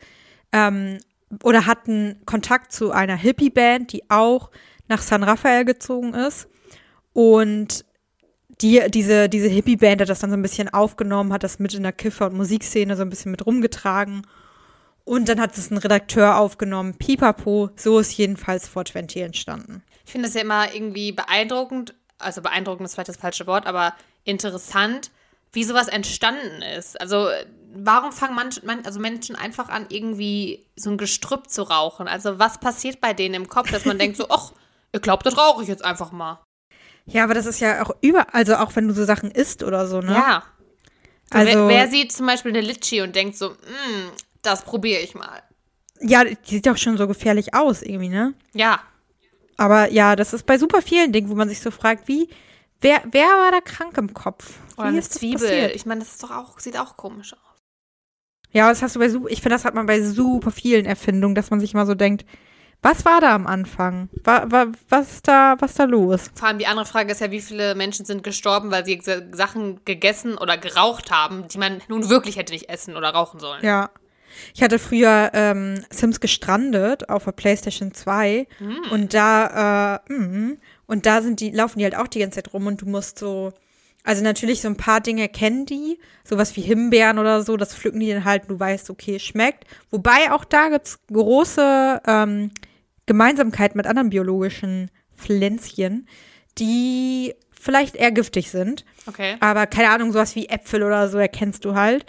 oder hatten Kontakt zu einer Hippie-Band, die auch nach San Rafael gezogen ist. Und diese Hippie-Band hat das dann so ein bisschen aufgenommen, hat das mit in der Kiffer- und Musikszene so ein bisschen mit rumgetragen. Und dann hat es ein Redakteur aufgenommen. Pipapo, so ist jedenfalls 420 entstanden. Ich finde das ja immer irgendwie beeindruckend, also beeindruckend ist vielleicht das falsche Wort, aber interessant, wie sowas entstanden ist. Also warum fangen Menschen einfach an, irgendwie so ein Gestrüpp zu rauchen? Also was passiert bei denen im Kopf, dass man denkt so, ach, ihr glaubt, das rauche ich jetzt einfach mal. Ja, aber das ist ja auch also auch wenn du so Sachen isst oder so, ne? Ja. So, also, wer sieht zum Beispiel eine Litschi und denkt so, das probiere ich mal. Ja, die sieht auch schon so gefährlich aus irgendwie, ne? Ja. Aber ja, das ist bei super vielen Dingen, wo man sich so fragt, wer war da krank im Kopf? Oder eine Zwiebel. Ich meine, das ist doch auch, sieht auch komisch aus. Ja, das hast du ich finde, das hat man bei super vielen Erfindungen, dass man sich mal so denkt, was war da am Anfang? Was ist da los? Vor allem die andere Frage ist ja, wie viele Menschen sind gestorben, weil sie Sachen gegessen oder geraucht haben, die man nun wirklich hätte nicht essen oder rauchen sollen. Ja. Ich hatte früher Sims gestrandet auf der PlayStation 2 und da laufen die halt auch die ganze Zeit rum und du musst so, also natürlich so ein paar Dinge kennen die, sowas wie Himbeeren oder so, das pflücken die dann halt und du weißt, okay, schmeckt. Wobei auch da gibt's große Gemeinsamkeit mit anderen biologischen Pflänzchen, die vielleicht eher giftig sind. Okay. Aber keine Ahnung, sowas wie Äpfel oder so erkennst du halt.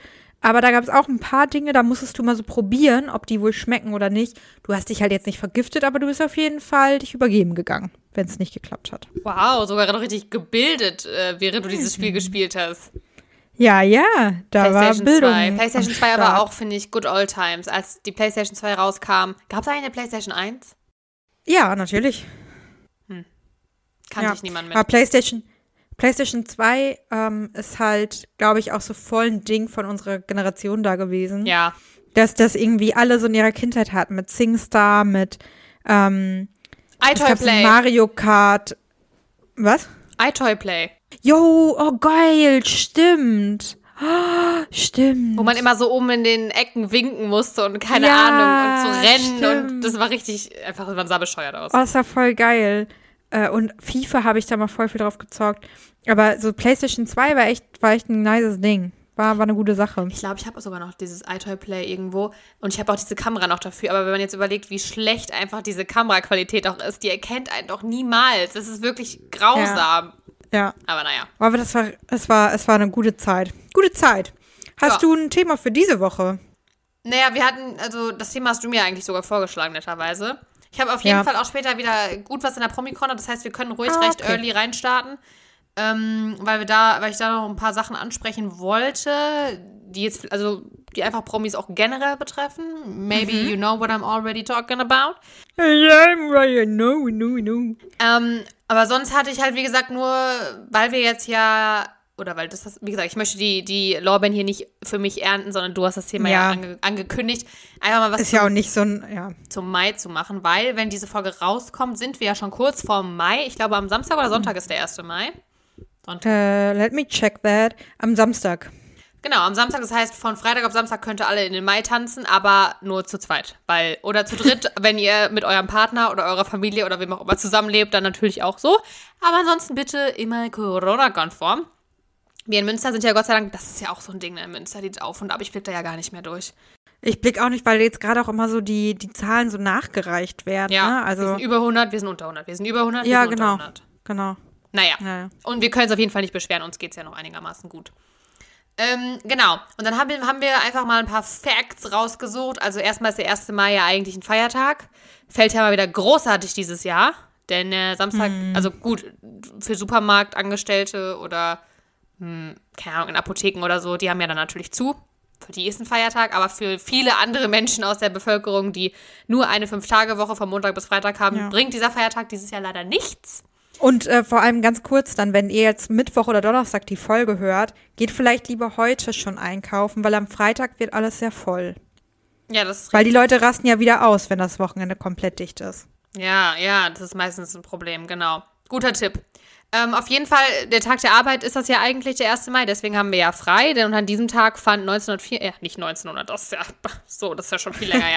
Aber da gab es auch ein paar Dinge, da musstest du mal so probieren, ob die wohl schmecken oder nicht. Du hast dich halt jetzt nicht vergiftet, aber du bist auf jeden Fall dich übergeben gegangen, wenn es nicht geklappt hat. Wow, sogar noch richtig gebildet, während du dieses Spiel gespielt hast. Ja, da war Bildung. 2. PlayStation 2 aber auch, finde ich, good old times. Als die PlayStation 2 rauskam, gab es eigentlich eine PlayStation 1? Ja, natürlich. Kannte ich niemand mit. Aber PlayStation 2 ist halt, glaube ich, auch so voll ein Ding von unserer Generation da gewesen. Ja. Dass das irgendwie alle so in ihrer Kindheit hatten. Mit SingStar, mit iToy Play. Mario Kart. Was? iToy Play. Jo, oh geil, stimmt. Oh, stimmt. Wo man immer so oben in den Ecken winken musste und keine Ja, Ahnung und so rennen. stimmt. Und das war richtig, einfach, man sah bescheuert aus. Oh, das war voll geil. Und FIFA habe ich da mal voll viel drauf gezockt. Aber so PlayStation 2 war echt ein nices Ding. War eine gute Sache. Ich glaube, ich habe sogar noch dieses iToy Play irgendwo und ich habe auch diese Kamera noch dafür. Aber wenn man jetzt überlegt, wie schlecht einfach diese Kameraqualität auch ist, die erkennt einen doch niemals. Das ist wirklich grausam. Ja. Aber naja. Aber es war eine gute Zeit. Gute Zeit. Hast du ein Thema für diese Woche? Naja, also das Thema hast du mir eigentlich sogar vorgeschlagen, netterweise. Ich habe auf jeden Fall auch später wieder gut was in der Promi-Corner. Das heißt, wir können ruhig recht early reinstarten. Weil ich da noch ein paar Sachen ansprechen wollte, die einfach Promis auch generell betreffen. Maybe you know what I'm already talking about. Yeah, no. Aber sonst hatte ich halt, wie gesagt, nur, weil wir jetzt ja, oder weil wie gesagt, ich möchte die Lorbeeren hier nicht für mich ernten, sondern du hast das Thema ja angekündigt. Einfach mal was ist ja auch nicht so ein, zum Mai zu machen, weil, wenn diese Folge rauskommt, sind wir ja schon kurz vorm Mai. Ich glaube, am Samstag oder Sonntag ist der 1. Mai. Let me check that. Am Samstag. Genau, am Samstag, das heißt, von Freitag auf Samstag könnt ihr alle in den Mai tanzen, aber nur zu zweit. Oder zu dritt, wenn ihr mit eurem Partner oder eurer Familie oder wem auch immer zusammenlebt, dann natürlich auch so. Aber ansonsten bitte immer Corona-konform. Wir in Münster sind ja Gott sei Dank, das ist ja auch so ein Ding, ne? In Münster die Auf und Ab, ich blick da ja gar nicht mehr durch. Ich blick auch nicht, weil jetzt gerade auch immer so die Zahlen so nachgereicht werden. Ja, ne? Also wir sind über 100, wir sind unter 100. Wir sind über 100, wir sind unter 100. Genau. Naja, und wir können es auf jeden Fall nicht beschweren, uns geht es ja noch einigermaßen gut. Genau, und dann haben wir einfach mal ein paar Facts rausgesucht. Also erstmal ist der 1. Mai ja eigentlich ein Feiertag. Fällt ja mal wieder großartig dieses Jahr. Denn Samstag, also gut, für Supermarktangestellte oder, keine Ahnung, in Apotheken oder so, die haben ja dann natürlich zu. Für die ist ein Feiertag, aber für viele andere Menschen aus der Bevölkerung, die nur eine 5-Tage-Woche von Montag bis Freitag haben, bringt dieser Feiertag dieses Jahr leider nichts. Und vor allem ganz kurz dann, wenn ihr jetzt Mittwoch oder Donnerstag die Folge hört, geht vielleicht lieber heute schon einkaufen, weil am Freitag wird alles sehr voll. Ja, das ist richtig. Weil die Leute rasten ja wieder aus, wenn das Wochenende komplett dicht ist. Ja, das ist meistens ein Problem, genau. Guter Tipp. Auf jeden Fall, der Tag der Arbeit ist das ja eigentlich der 1. Mai, deswegen haben wir ja frei, denn an diesem Tag fand nicht 1900, das ist ja schon viel länger,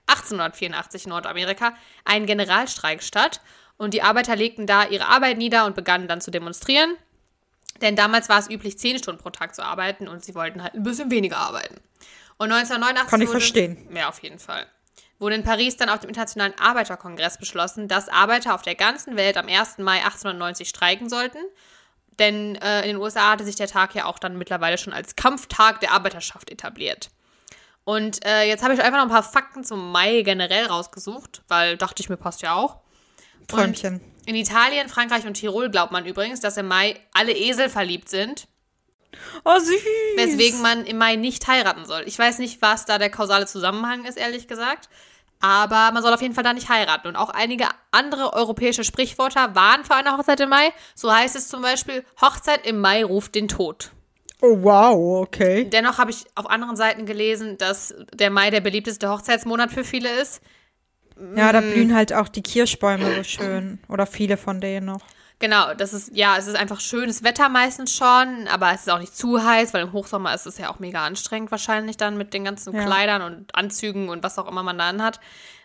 1884 in Nordamerika ein Generalstreik statt. Und die Arbeiter legten da ihre Arbeit nieder und begannen dann zu demonstrieren. Denn damals war es üblich, 10 Stunden pro Tag zu arbeiten und sie wollten halt ein bisschen weniger arbeiten. Und 1989 Kann ich verstehen. Ja, auf jeden Fall. Wurde in Paris dann auf dem Internationalen Arbeiterkongress beschlossen, dass Arbeiter auf der ganzen Welt am 1. Mai 1890 streiken sollten. Denn in den USA hatte sich der Tag ja auch dann mittlerweile schon als Kampftag der Arbeiterschaft etabliert. Und jetzt habe ich einfach noch ein paar Fakten zum Mai generell rausgesucht, weil dachte ich mir, passt ja auch. Träumchen. Und in Italien, Frankreich und Tirol glaubt man übrigens, dass im Mai alle Esel verliebt sind. Oh, süß. Weswegen man im Mai nicht heiraten soll. Ich weiß nicht, was da der kausale Zusammenhang ist, ehrlich gesagt. Aber man soll auf jeden Fall da nicht heiraten. Und auch einige andere europäische Sprichwörter waren für eine Hochzeit im Mai. So heißt es zum Beispiel, Hochzeit im Mai ruft den Tod. Oh, wow, okay. Dennoch habe ich auf anderen Seiten gelesen, dass der Mai der beliebteste Hochzeitsmonat für viele ist. Ja, da blühen halt auch die Kirschbäume so schön. Oder viele von denen noch. Genau, es ist einfach schönes Wetter meistens schon, aber es ist auch nicht zu heiß, weil im Hochsommer ist es ja auch mega anstrengend wahrscheinlich dann mit den ganzen Kleidern und Anzügen und was auch immer man da anhat.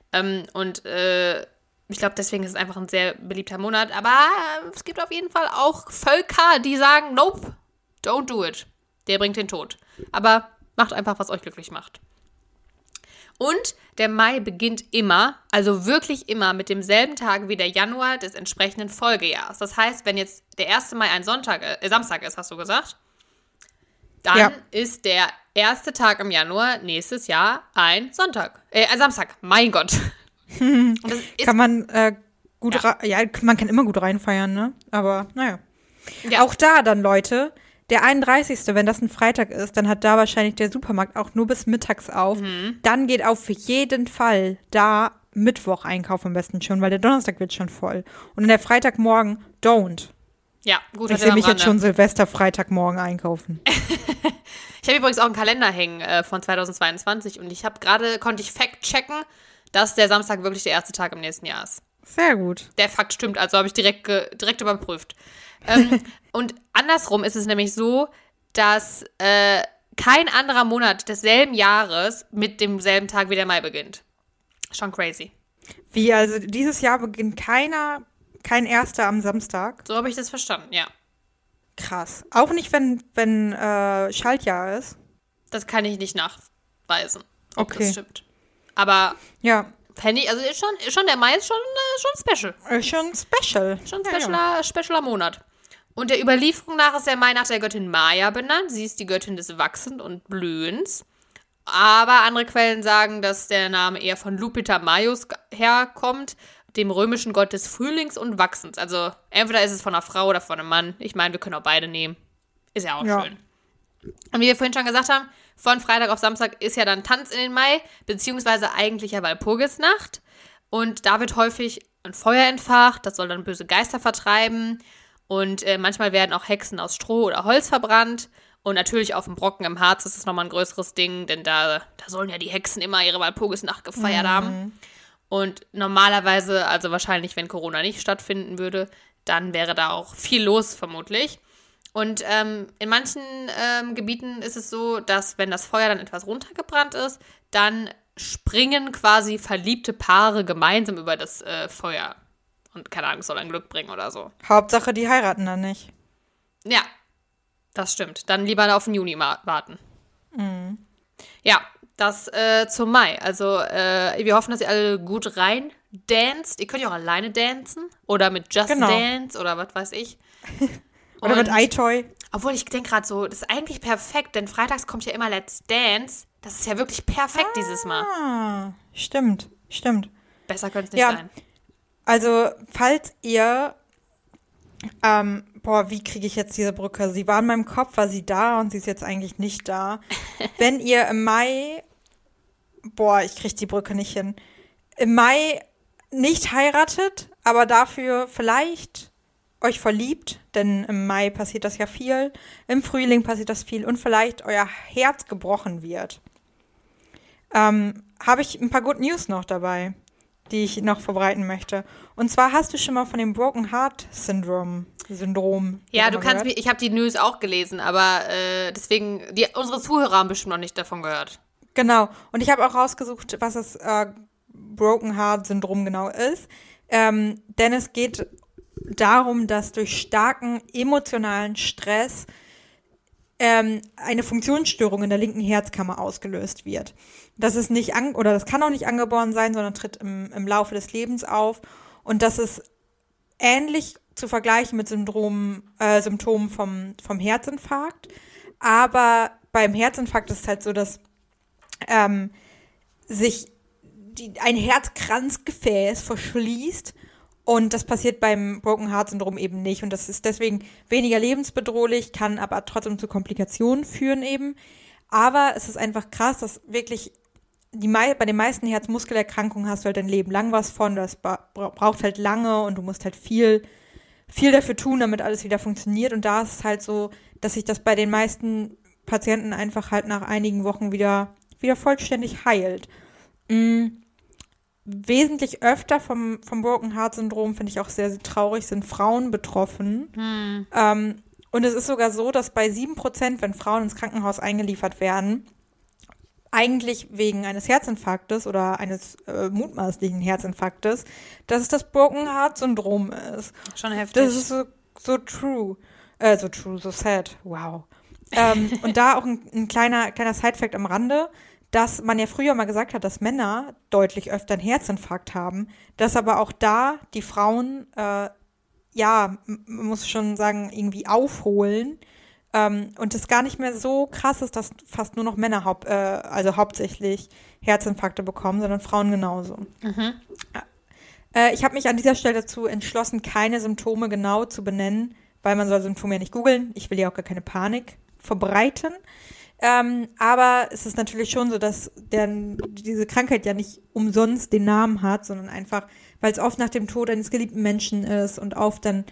Ich glaube, deswegen ist es einfach ein sehr beliebter Monat. Aber es gibt auf jeden Fall auch Völker, die sagen, nope, don't do it. Der bringt den Tod. Aber macht einfach, was euch glücklich macht. Und der Mai beginnt immer, also wirklich immer, mit demselben Tag wie der Januar des entsprechenden Folgejahres. Das heißt, wenn jetzt der 1. Mai ein Samstag ist, hast du gesagt, dann ist der erste Tag im Januar nächstes Jahr ein Samstag. Mein Gott. Und das ist, Kann man Ja. man kann immer gut reinfeiern, ne? Aber naja. Ja. Auch da dann, Leute, der 31., wenn das ein Freitag ist, dann hat da wahrscheinlich der Supermarkt auch nur bis mittags auf. Dann geht auf jeden Fall da Mittwoch einkaufen am besten schon, weil der Donnerstag wird schon voll. Und der Freitagmorgen, don't. Ja, gut. Ich sehe mich jetzt schon Silvester Freitagmorgen einkaufen. Ich habe übrigens auch einen Kalender hängen von 2022 und konnte ich fact-checken, dass der Samstag wirklich der erste Tag im nächsten Jahr ist. Sehr gut. Der Fakt stimmt, also habe ich direkt überprüft. Und andersrum ist es nämlich so, dass kein anderer Monat desselben Jahres mit demselben Tag wie der Mai beginnt. Schon crazy. Wie, also dieses Jahr beginnt kein Erster am Samstag? So habe ich das verstanden, ja. Krass. Auch nicht, wenn Schaltjahr ist? Das kann ich nicht nachweisen, ob Okay. das stimmt. Aber Ja, Penny, also ist schon der Mai ist schon special. schon special. Schon Ja, ein specialer Monat. Und der Überlieferung nach ist der Mai nach der Göttin Maya benannt. Sie ist die Göttin des Wachsens und Blühens. Aber andere Quellen sagen, dass der Name eher von Lupita Maius herkommt, dem römischen Gott des Frühlings und Wachsens. Also entweder ist es von einer Frau oder von einem Mann. Ich meine, wir können auch beide nehmen. Ist ja auch Ja. schön. Und wie wir vorhin schon gesagt haben, von Freitag auf Samstag ist ja dann Tanz in den Mai, beziehungsweise eigentlich ja Walpurgisnacht. Und da wird häufig ein Feuer entfacht, das soll dann böse Geister vertreiben. Und manchmal werden auch Hexen aus Stroh oder Holz verbrannt. Und natürlich auf dem Brocken im Harz ist es nochmal ein größeres Ding, denn da sollen ja die Hexen immer ihre Walpurgisnacht gefeiert haben. Und normalerweise, also wahrscheinlich, wenn Corona nicht stattfinden würde, dann wäre da auch viel los, vermutlich. Und in manchen Gebieten ist es so, dass wenn das Feuer dann etwas runtergebrannt ist, dann springen quasi verliebte Paare gemeinsam über das Feuer. Und keine Ahnung, es soll ein Glück bringen oder so. Hauptsache, die heiraten dann nicht. Ja, das stimmt. Dann lieber auf den Juni warten. Ja, das zum Mai. Also wir hoffen, dass ihr alle gut rein danced. Ihr könnt ja auch alleine dancen oder mit Just Genau. Dance oder was weiß ich. Oder mit Und- iToy. Obwohl, ich denke gerade so, das ist eigentlich perfekt, denn freitags kommt ja immer Let's Dance. Das ist ja wirklich perfekt dieses Mal. Ah, stimmt. Besser könnte es nicht Ja. sein. Also, falls ihr, wie kriege ich jetzt diese Brücke? Sie war in meinem Kopf, war sie da und sie ist jetzt eigentlich nicht da. Wenn ihr im Mai, ich kriege die Brücke nicht hin, im Mai nicht heiratet, aber dafür vielleicht euch verliebt, denn im Mai passiert das ja viel, im Frühling passiert das viel und vielleicht euer Herz gebrochen wird, habe ich ein paar Good News noch dabei, die ich noch verbreiten möchte. Und zwar hast du schon mal von dem Broken Heart Syndrom. Ja, davon gehört? ich habe die News auch gelesen, aber deswegen, unsere Zuhörer haben bestimmt noch nicht davon gehört. Genau. Und ich habe auch rausgesucht, was das Broken Heart Syndrom genau ist. Denn es geht darum, dass durch starken emotionalen Stress eine Funktionsstörung in der linken Herzkammer ausgelöst wird. Das ist nicht das kann auch nicht angeboren sein, sondern tritt im Laufe des Lebens auf. Und das ist ähnlich zu vergleichen mit Symptomen vom Herzinfarkt. Aber beim Herzinfarkt ist es halt so, dass sich ein Herzkranzgefäß verschließt. Und das passiert beim Broken Heart Syndrom eben nicht. Und das ist deswegen weniger lebensbedrohlich, kann aber trotzdem zu Komplikationen führen eben. Aber es ist einfach krass, dass wirklich bei den meisten Herzmuskelerkrankungen hast du halt dein Leben lang was von. Das braucht halt lange und du musst halt viel dafür tun, damit alles wieder funktioniert. Und da ist es halt so, dass sich das bei den meisten Patienten einfach halt nach einigen Wochen wieder vollständig heilt. Wesentlich öfter vom Broken Heart Syndrom, finde ich auch sehr, sehr traurig, sind Frauen betroffen. Und es ist sogar so, dass bei 7%, wenn Frauen ins Krankenhaus eingeliefert werden, eigentlich wegen eines Herzinfarktes oder eines mutmaßlichen Herzinfarktes, dass es das Broken Heart Syndrom ist. Schon heftig. Das ist so true. So sad. Wow. Und da auch ein kleiner Side-Fact am Rande, dass man ja früher mal gesagt hat, dass Männer deutlich öfter einen Herzinfarkt haben, dass aber auch da die Frauen, man muss schon sagen, irgendwie aufholen Und es gar nicht mehr so krass ist, dass fast nur noch Männer also hauptsächlich Herzinfarkte bekommen, sondern Frauen genauso. Ich habe mich an dieser Stelle dazu entschlossen, keine Symptome genau zu benennen, weil man soll Symptome ja nicht googeln. Ich will ja auch gar keine Panik verbreiten. Aber es ist natürlich schon so, dass diese Krankheit ja nicht umsonst den Namen hat, sondern einfach, weil es oft nach dem Tod eines geliebten Menschen ist und oft dann,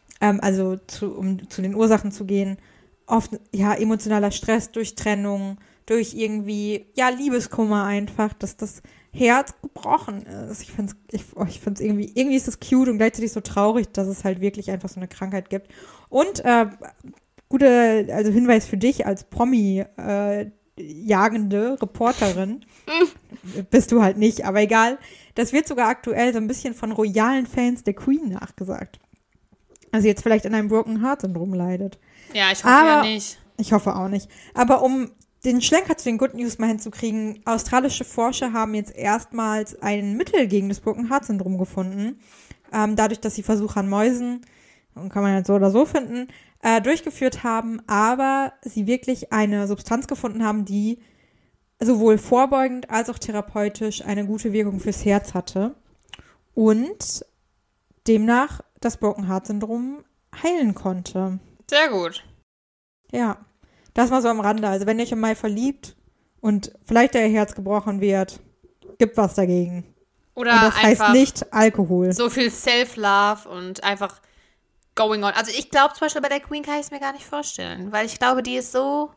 um zu den Ursachen zu gehen, oft ja emotionaler Stress durch Trennung, durch irgendwie, ja, Liebeskummer einfach, dass das Herz gebrochen ist. Ich find's irgendwie ist es cute und gleichzeitig so traurig, dass es halt wirklich einfach so eine Krankheit gibt. Und also Hinweis für dich als Promi-jagende Reporterin. Bist du halt nicht, aber egal. Das wird sogar aktuell so ein bisschen von royalen Fans der Queen nachgesagt. Also jetzt vielleicht an einem Broken Heart-Syndrom leidet. Ja, ich hoffe ja nicht. Ich hoffe auch nicht. Aber um den Schlenker zu den Good News mal hinzukriegen, australische Forscher haben jetzt erstmals ein Mittel gegen das Broken Heart-Syndrom gefunden. Dadurch, dass sie Versuche an Mäusen, kann man halt so oder so finden, durchgeführt haben, aber sie wirklich eine Substanz gefunden haben, die sowohl vorbeugend als auch therapeutisch eine gute Wirkung fürs Herz hatte und demnach das Broken Heart Syndrom heilen konnte. Sehr gut. Ja, das mal so am Rande. Also wenn ihr euch im Mai verliebt und vielleicht euer Herz gebrochen wird, gibt was dagegen. Oder und das einfach heißt nicht Alkohol. So viel Self-Love und einfach going on. Also ich glaube zum Beispiel bei der Queen kann ich es mir gar nicht vorstellen, weil ich glaube, die ist so,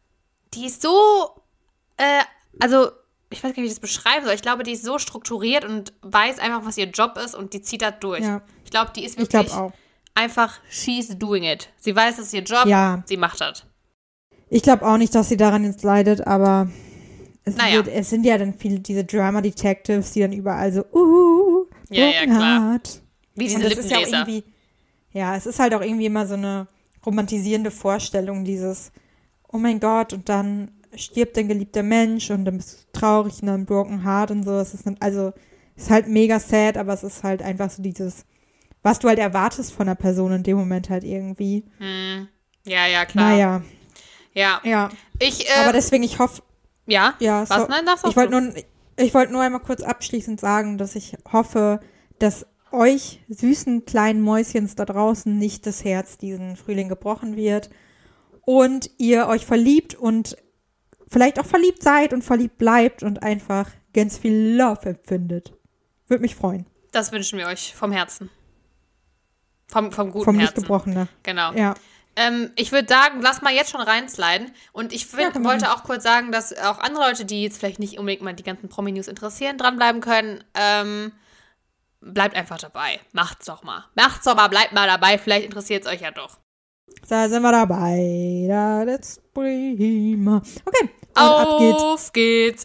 also ich weiß gar nicht, wie ich das beschreiben soll. Ich glaube, die ist so strukturiert und weiß einfach, was ihr Job ist und die zieht das durch. Ja. Ich glaube, die ist wirklich einfach, she's doing it. Sie weiß, das ist ihr Job, sie macht das. Ich glaube auch nicht, dass sie daran jetzt leidet, aber es sind ja dann viele diese Drama Detectives, die dann überall so, ja, klar. Wie diese Lippenleser. Ja, es ist halt auch irgendwie immer so eine romantisierende Vorstellung, dieses, oh mein Gott, und dann stirbt ein geliebter Mensch und dann bist du traurig und dann broken heart und so. Es ist halt mega sad, aber es ist halt einfach so dieses, was du halt erwartest von einer Person in dem Moment halt irgendwie. Ja, klar. Naja. Ja. Aber deswegen, ich hoffe. Ja? Was? Nein, darfst du. Ich wollte nur einmal kurz abschließend sagen, dass ich hoffe, dass euch süßen kleinen Mäuschens da draußen nicht das Herz diesen Frühling gebrochen wird und ihr euch verliebt und vielleicht auch verliebt seid und verliebt bleibt und einfach ganz viel Love empfindet. Würde mich freuen. Das wünschen wir euch vom Herzen. Vom guten Herzen. Vom nicht gebrochenen. Genau. Ja. Ich würde sagen, lass mal jetzt schon reinsliden. Und ich wollte auch kurz sagen, dass auch andere Leute, die jetzt vielleicht nicht unbedingt mal die ganzen Promi-News interessieren, dranbleiben können. Bleibt einfach dabei. Macht's doch mal, bleibt mal dabei. Vielleicht interessiert es euch ja doch. Da sind wir dabei. Das ist prima. Okay. Auf geht's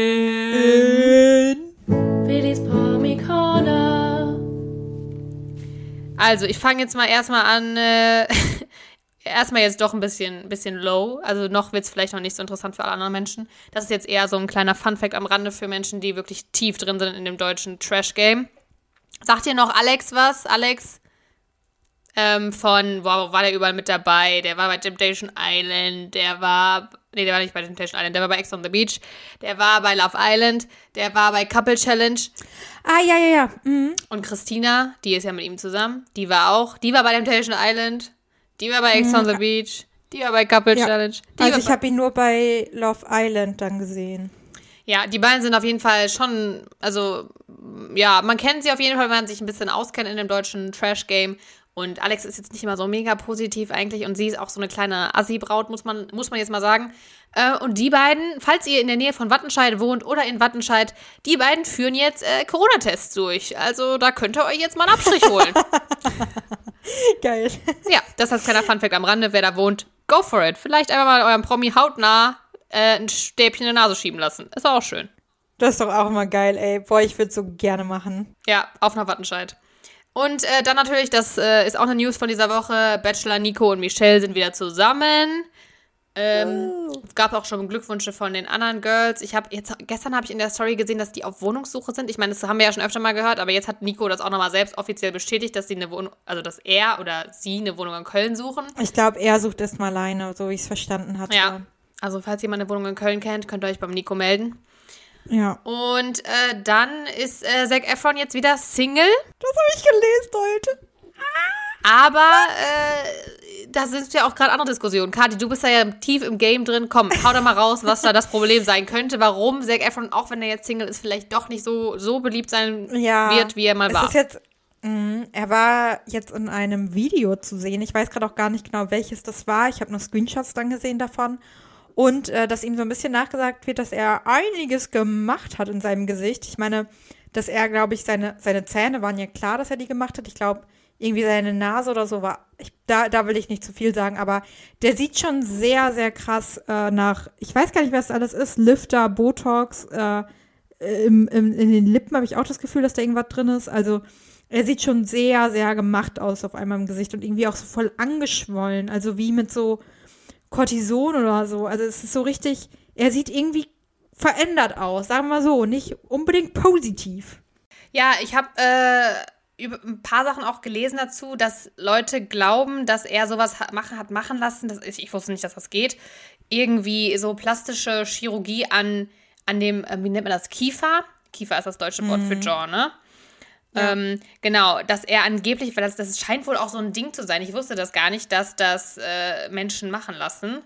in Willis Promi Corner. Also, ich fange jetzt mal erstmal an. Erstmal jetzt doch ein bisschen low. Also noch wird es vielleicht noch nicht so interessant für alle anderen Menschen. Das ist jetzt eher so ein kleiner Funfact am Rande für Menschen, die wirklich tief drin sind in dem deutschen Trash-Game. Sagt ihr noch Alex was? Alex war der überall mit dabei. Der war bei Temptation Island. Der war nicht bei Temptation Island. Der war bei Ex on the Beach. Der war bei Love Island. Der war bei Couple Challenge. Ja. Mhm. Und Christina, die ist ja mit ihm zusammen. Die war bei Temptation Island. Die war bei Ex on the Beach. Die war bei Couple Challenge. Ich habe ihn nur bei Love Island dann gesehen. Ja, die beiden sind auf jeden Fall schon, also, ja, man kennt sie auf jeden Fall, wenn man sich ein bisschen auskennt in dem deutschen Trash-Game. Und Alex ist jetzt nicht immer so mega positiv eigentlich und sie ist auch so eine kleine Assi-Braut, muss man jetzt mal sagen. Und die beiden, falls ihr in der Nähe von Wattenscheid wohnt oder in Wattenscheid, die beiden führen jetzt Corona-Tests durch. Also da könnt ihr euch jetzt mal einen Abstrich holen. Geil. Ja, das als kleiner Funfact am Rande, wer da wohnt, go for it. Vielleicht einfach mal eurem Promi hautnah ein Stäbchen in die Nase schieben lassen. Ist auch schön. Das ist doch auch immer geil, ey. Boah, ich würde es so gerne machen. Ja, auf nach Wattenscheid. Und dann natürlich, das ist auch eine News von dieser Woche, Bachelor Nico und Michelle sind wieder zusammen. Es gab auch schon Glückwünsche von den anderen Girls. Gestern habe ich in der Story gesehen, dass die auf Wohnungssuche sind. Ich meine, das haben wir ja schon öfter mal gehört, aber jetzt hat Nico das auch nochmal selbst offiziell bestätigt, dass sie eine Wohnung, also dass er oder sie eine Wohnung in Köln suchen. Ich glaube, er sucht erstmal alleine, so wie ich es verstanden hatte. Ja, also falls jemand eine Wohnung in Köln kennt, könnt ihr euch beim Nico melden. Ja. Und dann ist Zac Efron jetzt wieder Single. Das habe ich gelesen heute. Aber da sind ja auch gerade andere Diskussionen. Kathi, du bist ja tief im Game drin. Komm, hau da mal raus, was da das Problem sein könnte. Warum Zac Efron, auch wenn er jetzt Single ist, vielleicht doch nicht so beliebt sein wird, wie er mal war. Er war jetzt in einem Video zu sehen. Ich weiß gerade auch gar nicht genau, welches das war. Ich habe nur Screenshots dann gesehen davon. Und dass ihm so ein bisschen nachgesagt wird, dass er einiges gemacht hat in seinem Gesicht. Ich meine, dass er, glaube ich, seine Zähne waren ja klar, dass er die gemacht hat. Ich glaube, irgendwie seine Nase oder so war, da will ich nicht zu viel sagen, aber der sieht schon sehr, sehr krass nach, ich weiß gar nicht, was das alles ist, Lifter, Botox, in den Lippen habe ich auch das Gefühl, dass da irgendwas drin ist. Also er sieht schon sehr, sehr gemacht aus auf einmal im Gesicht und irgendwie auch so voll angeschwollen, also wie mit so Cortison oder so. Also es ist so richtig, er sieht irgendwie verändert aus, sagen wir mal so, nicht unbedingt positiv. Ja, ich habe über ein paar Sachen auch gelesen dazu, dass Leute glauben, dass er sowas hat machen lassen. Ich wusste nicht, dass das geht. Irgendwie so plastische Chirurgie an dem, wie nennt man das, Kiefer? Kiefer ist das deutsche Wort für Jaw, ne? Ja. Genau, dass er angeblich, weil das scheint wohl auch so ein Ding zu sein. Ich wusste das gar nicht, dass das Menschen machen lassen.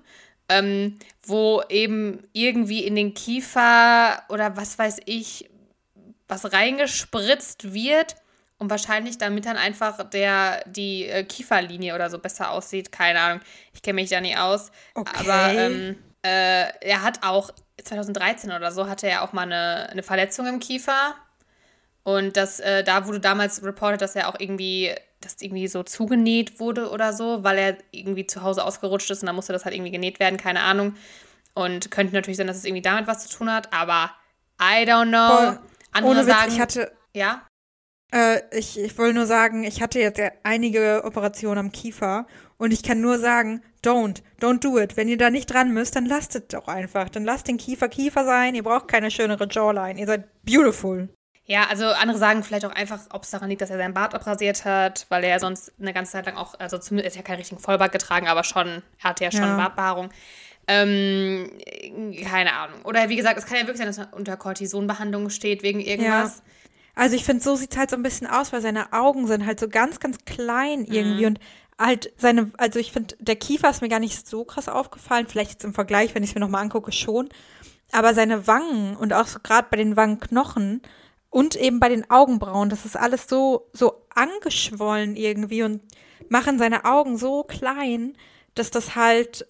Wo eben irgendwie in den Kiefer oder was weiß ich, was reingespritzt wird. Und wahrscheinlich, damit dann einfach die Kieferlinie oder so besser aussieht. Keine Ahnung, ich kenne mich da nicht aus. Okay. Aber er hat auch, 2013 oder so, hatte er auch mal eine Verletzung im Kiefer. Und da wurde damals reported, dass er auch irgendwie so zugenäht wurde oder so, weil er irgendwie zu Hause ausgerutscht ist und dann musste das halt irgendwie genäht werden, keine Ahnung. Und könnte natürlich sein, dass es irgendwie damit was zu tun hat, aber I don't know. Boah, andere ohne Witz, sagen, ich hatte... Ja? Ich wollte nur sagen, ich hatte jetzt ja einige Operationen am Kiefer und ich kann nur sagen, don't do it. Wenn ihr da nicht dran müsst, dann lasst es doch einfach. Dann lasst den Kiefer sein, ihr braucht keine schönere Jawline, ihr seid beautiful. Ja, also andere sagen vielleicht auch einfach, ob es daran liegt, dass er seinen Bart abrasiert hat, weil er ja sonst eine ganze Zeit lang auch, also zumindest, er hat ja keinen richtigen Vollbart getragen, aber schon, er hatte ja schon Bartbehaarung. Keine Ahnung. Oder wie gesagt, es kann ja wirklich sein, dass er unter Cortisonbehandlung steht wegen irgendwas. Ja. Also ich finde, so sieht es halt so ein bisschen aus, weil seine Augen sind halt so ganz, ganz klein irgendwie und halt also ich finde, der Kiefer ist mir gar nicht so krass aufgefallen, vielleicht jetzt im Vergleich, wenn ich es mir nochmal angucke, schon, aber seine Wangen und auch so gerade bei den Wangenknochen und eben bei den Augenbrauen, das ist alles so angeschwollen irgendwie und machen seine Augen so klein, dass das halt,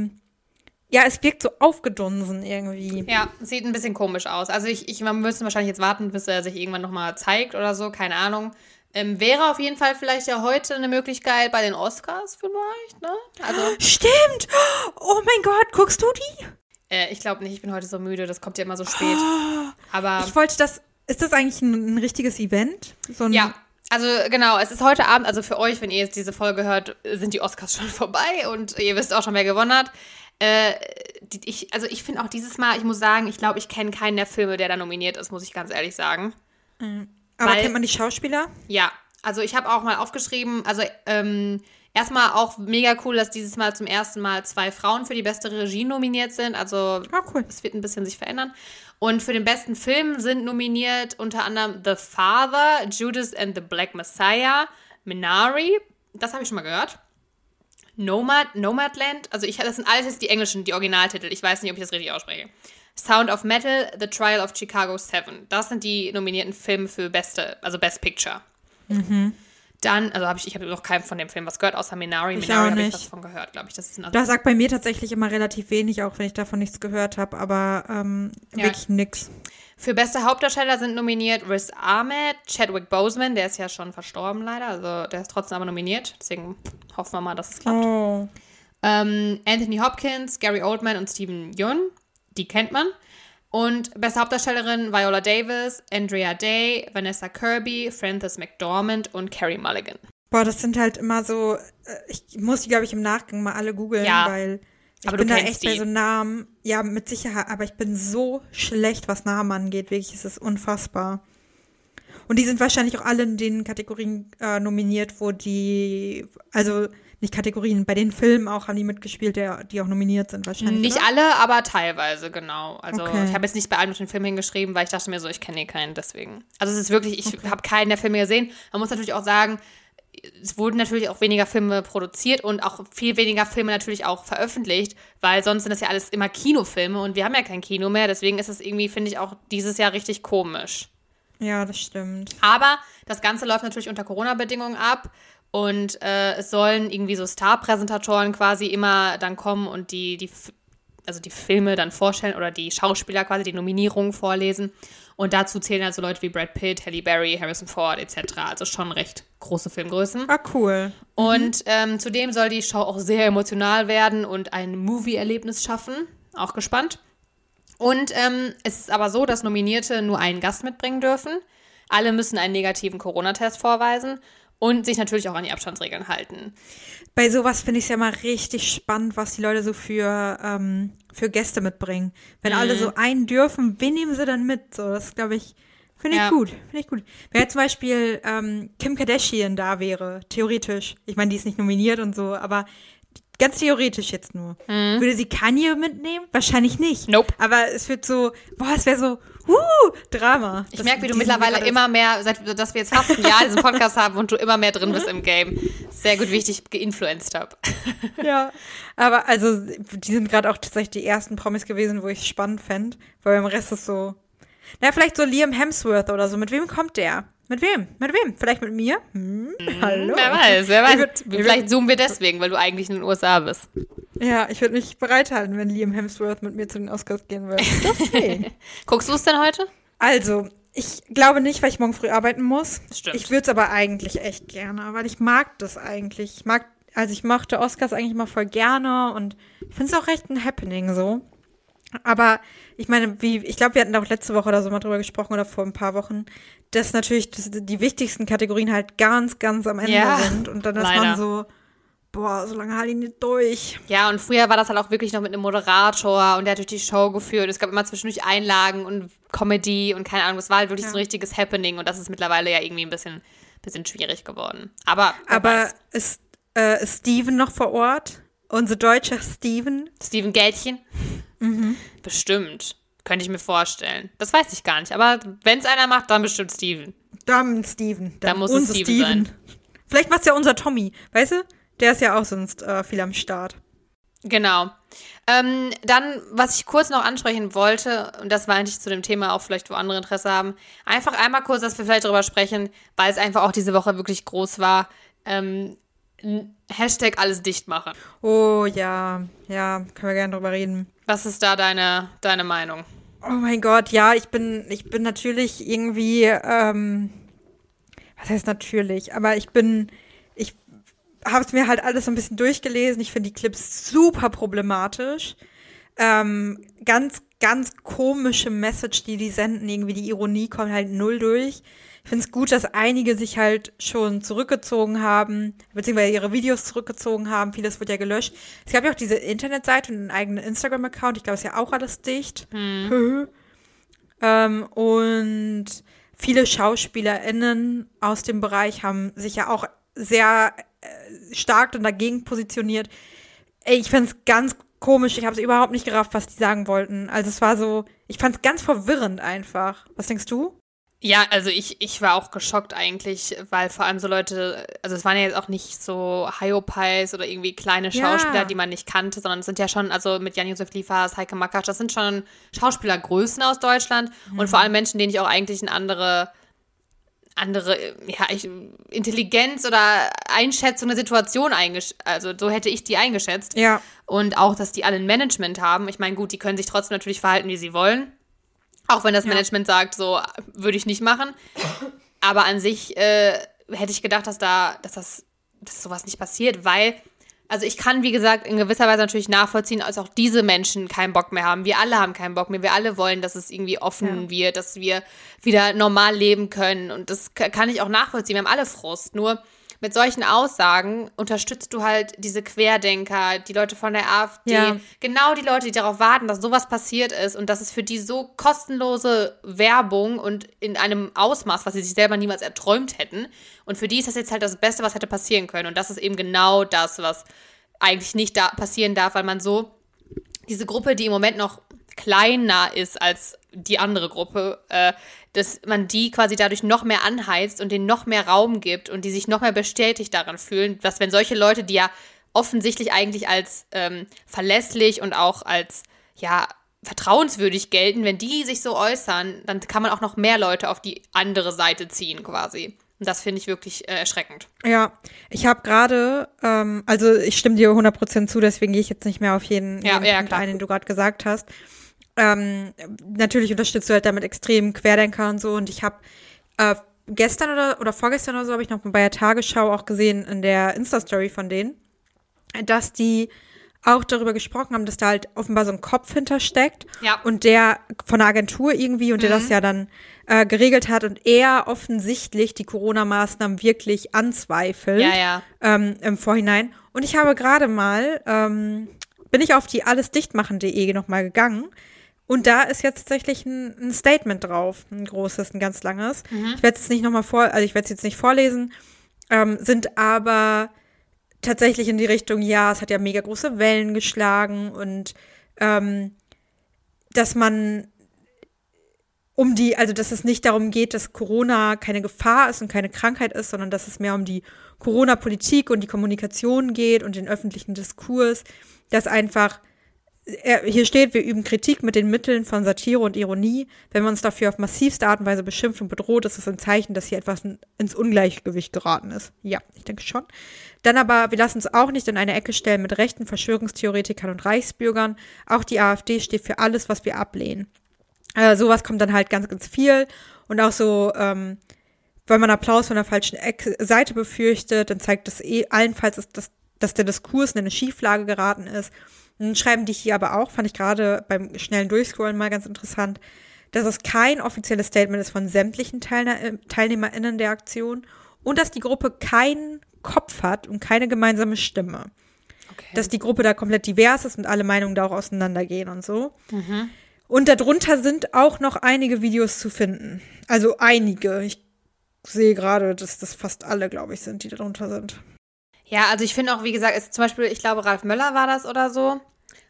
es wirkt so aufgedunsen irgendwie. Ja, sieht ein bisschen komisch aus. Also man müsste wahrscheinlich jetzt warten, bis er sich irgendwann nochmal zeigt oder so, keine Ahnung. Wäre auf jeden Fall vielleicht ja heute eine Möglichkeit bei den Oscars vielleicht, ne? Also, stimmt! Oh mein Gott, guckst du die? Ich glaube nicht, ich bin heute so müde, das kommt ja immer so spät. Aber ich wollte ist das eigentlich ein richtiges Event? Ja, also genau, es ist heute Abend, also für euch, wenn ihr jetzt diese Folge hört, sind die Oscars schon vorbei und ihr wisst auch schon, wer gewonnen hat. Ich finde auch dieses Mal, ich muss sagen, ich glaube, ich kenne keinen der Filme, der da nominiert ist, muss ich ganz ehrlich sagen. Aber kennt man die Schauspieler? Ja, also ich habe auch mal aufgeschrieben, also erstmal auch mega cool, dass dieses Mal zum ersten Mal 2 Frauen für die beste Regie nominiert sind, also cool. Es wird ein bisschen sich verändern. Und für den besten Film sind nominiert unter anderem The Father, Judas and the Black Messiah, Minari, das habe ich schon mal gehört. Nomadland, also das sind alles jetzt die englischen, die Originaltitel. Ich weiß nicht, ob ich das richtig ausspreche. Sound of Metal, The Trial of Chicago 7. Das sind die nominierten Filme für Best Picture. Dann, also ich habe noch keinen von dem Film was gehört, außer Minari. Minari habe ich was von gehört, glaube ich. Das sagt bei mir tatsächlich immer relativ wenig, auch wenn ich davon nichts gehört habe, aber wirklich nix. Für beste Hauptdarsteller sind nominiert Riz Ahmed, Chadwick Boseman, der ist ja schon verstorben leider, also der ist trotzdem aber nominiert, deswegen hoffen wir mal, dass es klappt. Oh. Anthony Hopkins, Gary Oldman und Steven Yeun, die kennt man. Und beste Hauptdarstellerin Viola Davis, Andrea Day, Vanessa Kirby, Frances McDormand und Carey Mulligan. Boah, das sind halt immer so, ich muss die, glaube ich, im Nachgang mal alle googeln, weil Aber Ich du bin da kennst echt bei die. so Namen, ja, mit Sicherheit, aber ich bin so schlecht, was Namen angeht. Wirklich, es ist unfassbar. Und die sind wahrscheinlich auch alle in den Kategorien nominiert, wo die, also nicht Kategorien, bei den Filmen auch haben die mitgespielt, die auch nominiert sind wahrscheinlich, Nicht oder? alle, aber teilweise, genau. Also Okay. ich habe jetzt nicht bei allen den Film hingeschrieben, weil ich dachte mir so, ich kenne eh keinen, deswegen. Also es ist wirklich, ich habe keinen der Filme gesehen. Man muss natürlich auch sagen, es wurden natürlich auch weniger Filme produziert und auch viel weniger Filme natürlich auch veröffentlicht, weil sonst sind das ja alles immer Kinofilme und wir haben ja kein Kino mehr, deswegen ist es irgendwie, finde ich, auch dieses Jahr richtig komisch. Ja, das stimmt. Aber das Ganze läuft natürlich unter Corona-Bedingungen ab und es sollen irgendwie so Star-Präsentatoren quasi immer dann kommen und die Filme dann vorstellen oder die Schauspieler quasi die Nominierungen vorlesen. Und dazu zählen also Leute wie Brad Pitt, Halle Berry, Harrison Ford etc. Also schon recht große Filmgrößen. Ah, cool. Und zudem soll die Show auch sehr emotional werden und ein Movie-Erlebnis schaffen. Auch gespannt. Und es ist aber so, dass Nominierte nur einen Gast mitbringen dürfen. Alle müssen einen negativen Corona-Test vorweisen und sich natürlich auch an die Abstandsregeln halten. Bei sowas finde ich es ja mal richtig spannend, was die Leute so für Gäste mitbringen. Wenn alle so einen dürfen, wen nehmen sie dann mit? So, das glaube ich, finde ich Ja. gut. Finde ich gut. Wenn jetzt zum Beispiel Kim Kardashian da wäre, theoretisch, ich meine, die ist nicht nominiert und so, aber ganz theoretisch jetzt nur. Würde sie Kanye mitnehmen? Wahrscheinlich nicht. Nope. Aber es wird so, es wäre so, Drama. Ich merke, wie du mittlerweile immer mehr, seit dass wir jetzt fast ein Jahr diesen Podcast haben und du immer mehr drin bist im Game. Sehr gut, wie ich dich geinfluenced habe. Ja, aber also, die sind gerade auch tatsächlich die ersten Promis gewesen, wo ich es spannend fände, weil beim Rest ist so, vielleicht so Liam Hemsworth oder so. Mit wem kommt der? Mit wem? Mit wem? Vielleicht mit mir? Hallo. Wer weiß. Ich Vielleicht zoomen wir deswegen, weil du eigentlich in den USA bist. Ja, ich würde mich bereithalten, wenn Liam Hemsworth mit mir zu den Oscars gehen würde. Deswegen. Guckst du es denn heute? Also, ich glaube nicht, weil ich morgen früh arbeiten muss. Stimmt. Ich würde es aber eigentlich echt gerne, weil ich mag das eigentlich. Ich mochte Oscars eigentlich immer voll gerne und ich finde es auch recht ein Happening so. Aber ich meine, ich glaube, wir hatten da auch letzte Woche oder so mal drüber gesprochen oder vor ein paar Wochen, dass natürlich die wichtigsten Kategorien halt ganz, ganz am Ende sind und dann ist leider. man so, so lange halte ich nicht durch. Ja, und früher war das halt auch wirklich noch mit einem Moderator und der hat durch die Show geführt. Es gab immer zwischendurch Einlagen und Comedy und keine Ahnung, es war halt wirklich so ein richtiges Happening und das ist mittlerweile ja irgendwie ein bisschen schwierig geworden. Aber wer weiß. Ist Steven noch vor Ort? Unser deutscher Steven? Steven Gätchen? Bestimmt. Könnte ich mir vorstellen. Das weiß ich gar nicht. Aber wenn es einer macht, dann bestimmt Steven. Dann Steven. Da muss es unser Steven sein. Vielleicht macht's ja unser Tommy. Weißt du? Der ist ja auch sonst viel am Start. Genau. Dann, was ich kurz noch ansprechen wollte, und das war eigentlich zu dem Thema auch vielleicht, wo andere Interesse haben, einfach einmal kurz, dass wir vielleicht darüber sprechen, weil es einfach auch diese Woche wirklich groß war. Hashtag alles dicht machen. Oh ja, können wir gerne drüber reden. Was ist da deine Meinung? Oh mein Gott, ja, ich bin natürlich irgendwie, was heißt natürlich, aber ich habe es mir halt alles so ein bisschen durchgelesen. Ich finde die Clips super problematisch. Ganz, ganz komische Message, die senden. Irgendwie die Ironie kommt halt null durch. Ich finde es gut, dass einige sich halt schon zurückgezogen haben, beziehungsweise ihre Videos zurückgezogen haben. Vieles wird ja gelöscht. Es gab ja auch diese Internetseite und einen eigenen Instagram-Account. Ich glaube, ist ja auch alles dicht. Und viele SchauspielerInnen aus dem Bereich haben sich ja auch sehr stark und dagegen positioniert. Ich fand es ganz komisch. Ich habe es überhaupt nicht gerafft, was die sagen wollten. Also es war so, ich fand es ganz verwirrend einfach. Was denkst du? Ja, also ich war auch geschockt eigentlich, weil vor allem so Leute, also es waren ja jetzt auch nicht so Hyopies oder irgendwie kleine Schauspieler, die man nicht kannte, sondern es sind ja schon, also mit Jan-Josef Liefers, Heike Makatsch, das sind schon Schauspielergrößen aus Deutschland und vor allem Menschen, denen ich auch eigentlich eine andere Intelligenz oder Einschätzung der Situation also so hätte ich die eingeschätzt. Ja. Und auch, dass die alle ein Management haben. Ich meine, gut, die können sich trotzdem natürlich verhalten, wie sie wollen. Auch wenn das Management sagt, so würde ich nicht machen. Aber an sich hätte ich gedacht, dass sowas nicht passiert, weil, also ich kann, wie gesagt, in gewisser Weise natürlich nachvollziehen, dass auch diese Menschen keinen Bock mehr haben. Wir alle haben keinen Bock mehr. Wir alle wollen, dass es irgendwie offen wird, dass wir wieder normal leben können. Und das kann ich auch nachvollziehen. Wir haben alle Frust. Nur mit solchen Aussagen unterstützt du halt diese Querdenker, die Leute von der AfD, genau die Leute, die darauf warten, dass sowas passiert ist und das ist für die so kostenlose Werbung und in einem Ausmaß, was sie sich selber niemals erträumt hätten. Und für die ist das jetzt halt das Beste, was hätte passieren können. Und das ist eben genau das, was eigentlich nicht da passieren darf, weil man so diese Gruppe, die im Moment noch kleiner ist als die andere Gruppe, dass man die quasi dadurch noch mehr anheizt und denen noch mehr Raum gibt und die sich noch mehr bestätigt daran fühlen, dass wenn solche Leute, die ja offensichtlich eigentlich als verlässlich und auch als, ja, vertrauenswürdig gelten, wenn die sich so äußern, dann kann man auch noch mehr Leute auf die andere Seite ziehen quasi. Und das finde ich wirklich erschreckend. Ja, ich habe gerade, also ich stimme dir 100% zu, deswegen gehe ich jetzt nicht mehr auf jeden Punkt ein, den du gerade gesagt hast. Natürlich unterstützt du halt damit extrem Querdenker und so. Und ich habe gestern oder vorgestern oder so habe ich noch bei der Tagesschau auch gesehen in der Insta-Story von denen, dass die auch darüber gesprochen haben, dass da halt offenbar so ein Kopf hintersteckt und der von der Agentur irgendwie und der das ja dann geregelt hat und er offensichtlich die Corona-Maßnahmen wirklich anzweifelt im Vorhinein. Und ich habe gerade mal, bin ich auf die allesdichtmachen.de nochmal gegangen und da ist jetzt tatsächlich ein Statement drauf, ein großes, ein ganz langes. Ich werde es nicht nochmal ich werde es jetzt nicht vorlesen, sind aber tatsächlich in die Richtung, ja, es hat ja mega große Wellen geschlagen und dass man dass es nicht darum geht, dass Corona keine Gefahr ist und keine Krankheit ist, sondern dass es mehr um die Corona-Politik und die Kommunikation geht und den öffentlichen Diskurs, dass einfach, hier steht, wir üben Kritik mit den Mitteln von Satire und Ironie. Wenn man uns dafür auf massivste Art und Weise beschimpft und bedroht, ist es ein Zeichen, dass hier etwas ins Ungleichgewicht geraten ist. Ja, ich denke schon. Dann aber, wir lassen uns auch nicht in eine Ecke stellen mit rechten Verschwörungstheoretikern und Reichsbürgern. Auch die AfD steht für alles, was wir ablehnen. Sowas kommt dann halt ganz, ganz viel. Und auch so, wenn man Applaus von der falschen Seite befürchtet, dann zeigt das allenfalls, dass der Diskurs in eine Schieflage geraten ist. Und dann schreiben die hier aber auch, fand ich gerade beim schnellen Durchscrollen mal ganz interessant, dass es kein offizielles Statement ist von sämtlichen TeilnehmerInnen der Aktion und dass die Gruppe keinen Kopf hat und keine gemeinsame Stimme. Okay. Dass die Gruppe da komplett divers ist und alle Meinungen da auch auseinandergehen und so. Und darunter sind auch noch einige Videos zu finden. Also einige. Ich sehe gerade, dass das fast alle, glaube ich, sind, die darunter sind. Ja, also ich finde auch, wie gesagt, zum Beispiel, ich glaube, Ralf Möller war das oder so.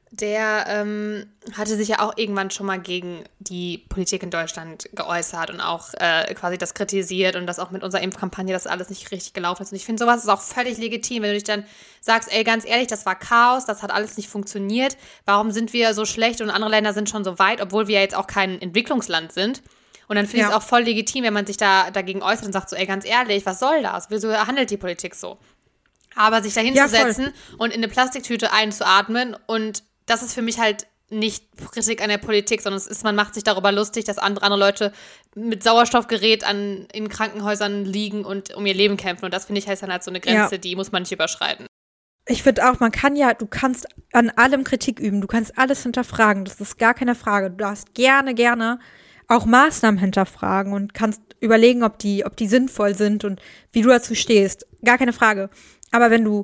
Der hatte sich ja auch irgendwann schon mal gegen die Politik in Deutschland geäußert und auch quasi das kritisiert und das auch mit unserer Impfkampagne, dass alles nicht richtig gelaufen ist. Und ich finde, sowas ist auch völlig legitim, wenn du dich dann sagst, ey, ganz ehrlich, das war Chaos, das hat alles nicht funktioniert. Warum sind wir so schlecht und andere Länder sind schon so weit, obwohl wir ja jetzt auch kein Entwicklungsland sind. Und dann finde ich es auch voll legitim, wenn man sich da dagegen äußert und sagt so, ey, ganz ehrlich, was soll das? Wieso handelt die Politik so? Aber sich da hinzusetzen und in eine Plastiktüte einzuatmen und das ist für mich halt nicht Kritik an der Politik, sondern man macht sich darüber lustig, dass andere Leute mit Sauerstoffgerät in Krankenhäusern liegen und um ihr Leben kämpfen. Und das finde ich heißt dann halt so eine Grenze, die muss man nicht überschreiten. Ich finde auch, du kannst an allem Kritik üben, du kannst alles hinterfragen, das ist gar keine Frage. Du darfst gerne auch Maßnahmen hinterfragen und kannst überlegen, ob die sinnvoll sind und wie du dazu stehst. Gar keine Frage. Aber wenn du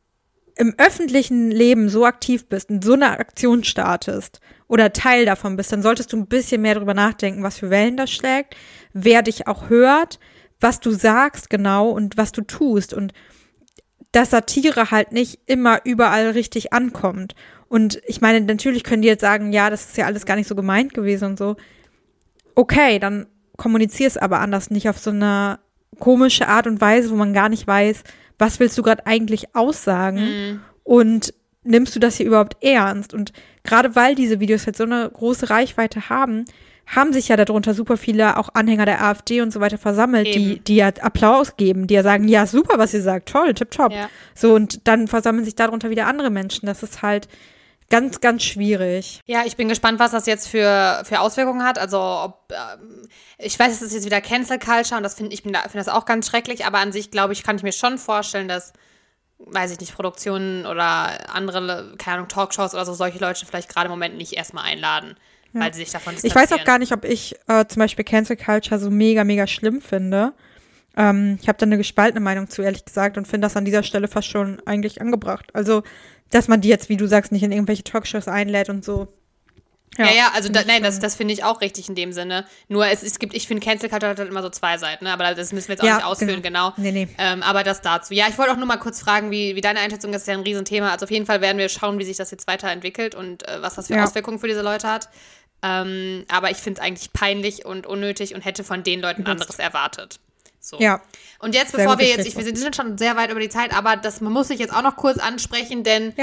im öffentlichen Leben so aktiv bist und so eine Aktion startest oder Teil davon bist, dann solltest du ein bisschen mehr darüber nachdenken, was für Wellen das schlägt, wer dich auch hört, was du sagst genau und was du tust und dass Satire halt nicht immer überall richtig ankommt. Und ich meine, natürlich können die jetzt sagen, ja, das ist ja alles gar nicht so gemeint gewesen und so. Okay, dann kommunizier es aber anders, nicht auf so eine komische Art und Weise, wo man gar nicht weiß, was willst du gerade eigentlich aussagen und nimmst du das hier überhaupt ernst? Und gerade weil diese Videos halt so eine große Reichweite haben sich ja darunter super viele auch Anhänger der AfD und so weiter versammelt, die ja Applaus geben, die ja sagen, ja, super, was ihr sagt, toll, tipptopp. Ja. So, und dann versammeln sich darunter wieder andere Menschen. Das ist halt ganz, ganz schwierig. Ja, ich bin gespannt, was das jetzt für Auswirkungen hat. Also, ich weiß, es ist jetzt wieder Cancel Culture und ich finde das auch ganz schrecklich, aber an sich, glaube ich, kann ich mir schon vorstellen, dass, weiß ich nicht, Produktionen oder andere, keine Ahnung, Talkshows oder so, solche Leute vielleicht gerade im Moment nicht erstmal einladen, weil sie sich davon distanzieren. Ich weiß auch gar nicht, ob ich zum Beispiel Cancel Culture so mega, mega schlimm finde. Ich habe da eine gespaltene Meinung zu, ehrlich gesagt, und finde das an dieser Stelle fast schon eigentlich angebracht. Also, dass man die jetzt, wie du sagst, nicht in irgendwelche Talkshows einlädt und so. Ja, also das finde ich auch richtig in dem Sinne. Nur ich finde, Cancel Culture hat halt immer so zwei Seiten, ne? Aber das müssen wir jetzt auch nicht ausführen, genau. Nee. Aber das dazu. Ja, ich wollte auch nur mal kurz fragen, wie deine Einschätzung ist, ja ein Riesenthema. Also auf jeden Fall werden wir schauen, wie sich das jetzt weiterentwickelt und was das für Auswirkungen für diese Leute hat. Aber ich finde es eigentlich peinlich und unnötig und hätte von den Leuten anderes erwartet. So. Ja. Und jetzt, bevor wir sind schon sehr weit über die Zeit, aber man muss sich jetzt auch noch kurz ansprechen, denn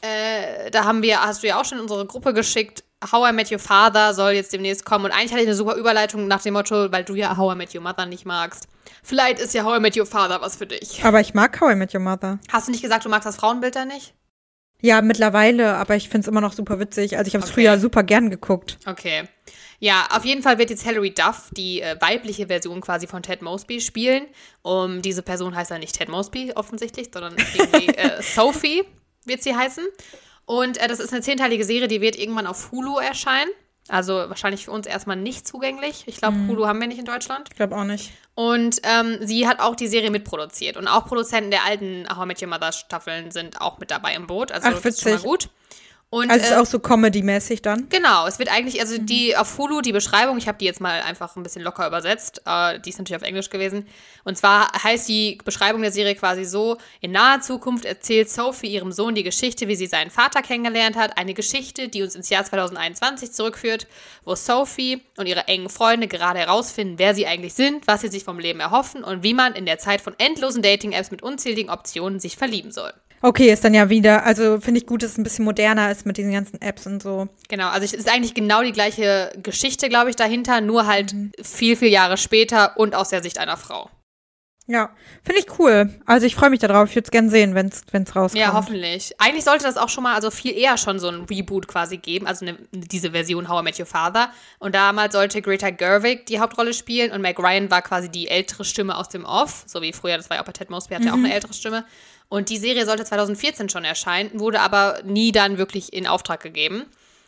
hast du ja auch schon in unsere Gruppe geschickt, How I Met Your Father soll jetzt demnächst kommen. Und eigentlich hatte ich eine super Überleitung nach dem Motto, weil du ja How I Met Your Mother nicht magst. Vielleicht ist ja How I Met Your Father was für dich. Aber ich mag How I Met Your Mother. Hast du nicht gesagt, du magst das Frauenbild da nicht? Ja, mittlerweile, aber ich finde es immer noch super witzig. Also ich habe es früher super gern geguckt. Okay. Ja, auf jeden Fall wird jetzt Hilary Duff die weibliche Version quasi von Ted Mosby spielen. Diese Person heißt ja nicht Ted Mosby offensichtlich, sondern irgendwie Sophie wird sie heißen. Und das ist eine 10-teilige Serie, die wird irgendwann auf Hulu erscheinen. Also wahrscheinlich für uns erstmal nicht zugänglich. Ich glaube, Hulu haben wir nicht in Deutschland. Ich glaube auch nicht. Und sie hat auch die Serie mitproduziert. Und auch Produzenten der alten How I Met Your Mother Staffeln sind auch mit dabei im Boot. Also das ist schon mal gut. Und, also ist auch so Comedy-mäßig dann? Genau, es wird eigentlich, also die auf Hulu, die Beschreibung, ich habe die jetzt mal einfach ein bisschen locker übersetzt, die ist natürlich auf Englisch gewesen. Und zwar heißt die Beschreibung der Serie quasi so: In naher Zukunft erzählt Sophie ihrem Sohn die Geschichte, wie sie seinen Vater kennengelernt hat. Eine Geschichte, die uns ins Jahr 2021 zurückführt, wo Sophie und ihre engen Freunde gerade herausfinden, wer sie eigentlich sind, was sie sich vom Leben erhoffen und wie man in der Zeit von endlosen Dating-Apps mit unzähligen Optionen sich verlieben soll. Okay, ist dann ja wieder, also finde ich gut, dass es ein bisschen moderner ist mit diesen ganzen Apps und so. Genau, also es ist eigentlich genau die gleiche Geschichte, glaube ich, dahinter, nur halt viel, viel Jahre später und aus der Sicht einer Frau. Ja, finde ich cool. Also ich freue mich darauf, ich würde es gerne sehen, wenn es rauskommt. Ja, hoffentlich. Eigentlich sollte das auch schon mal, also viel eher schon so ein Reboot quasi geben, also diese Version How I Met Your Father. Und damals sollte Greta Gerwig die Hauptrolle spielen und Meg Ryan war quasi die ältere Stimme aus dem Off, so wie früher, das war ja auch bei Ted Mosby, hat ja auch eine ältere Stimme. Und die Serie sollte 2014 schon erscheinen, wurde aber nie dann wirklich in Auftrag gegeben.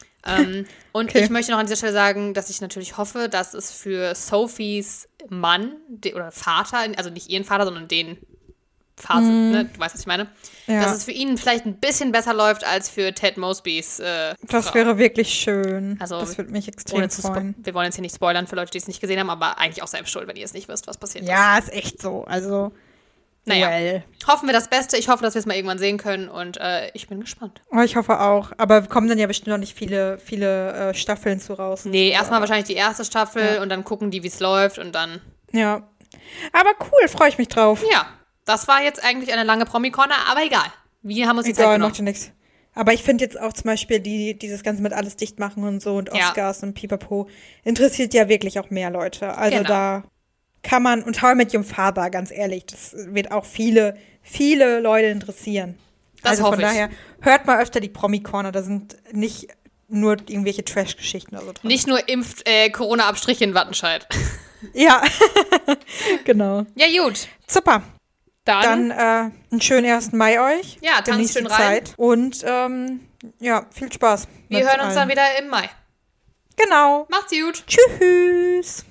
Und ich möchte noch an dieser Stelle sagen, dass ich natürlich hoffe, dass es für Sophies Mann oder Vater, also nicht ihren Vater, sondern den Vater, ne? Du weißt, was ich meine, dass es für ihn vielleicht ein bisschen besser läuft als für Ted Mosbys Das Frau. wäre wirklich schön. Also, das würde mich extrem freuen. Wir wollen jetzt hier nicht spoilern für Leute, die es nicht gesehen haben, aber eigentlich auch selbst schuld, wenn ihr es nicht wisst, was passiert ist. Ja, ist echt so. Also, naja, hoffen wir das Beste. Ich hoffe, dass wir es mal irgendwann sehen können und ich bin gespannt. Oh, ich hoffe auch. Aber kommen dann ja bestimmt noch nicht viele Staffeln zu raus. Nee, erstmal wahrscheinlich die erste Staffel und dann gucken die, wie es läuft und dann. Ja. Aber cool, freue ich mich drauf. Ja, das war jetzt eigentlich eine lange Promi-Corner, aber egal. Wir haben uns die Zeit genommen. Macht ja nichts. Aber ich finde jetzt auch zum Beispiel dieses Ganze mit alles dicht machen und so und Oscars und Pipapo interessiert ja wirklich auch mehr Leute. Also da kann man, und How I Met Your Father, ganz ehrlich, das wird auch viele, viele Leute interessieren. Das also hoffe von daher, hört mal öfter die Promi-Corner, da sind nicht nur irgendwelche Trash-Geschichten oder so dran. Nicht nur Corona-Abstriche in Wattenscheid. Ja, genau. Ja, gut. Super. Dann einen schönen 1. Mai euch. Ja, tanzt schön rein. Und ja, viel Spaß. Wir hören uns dann wieder im Mai. Genau. Macht's gut. Tschüss.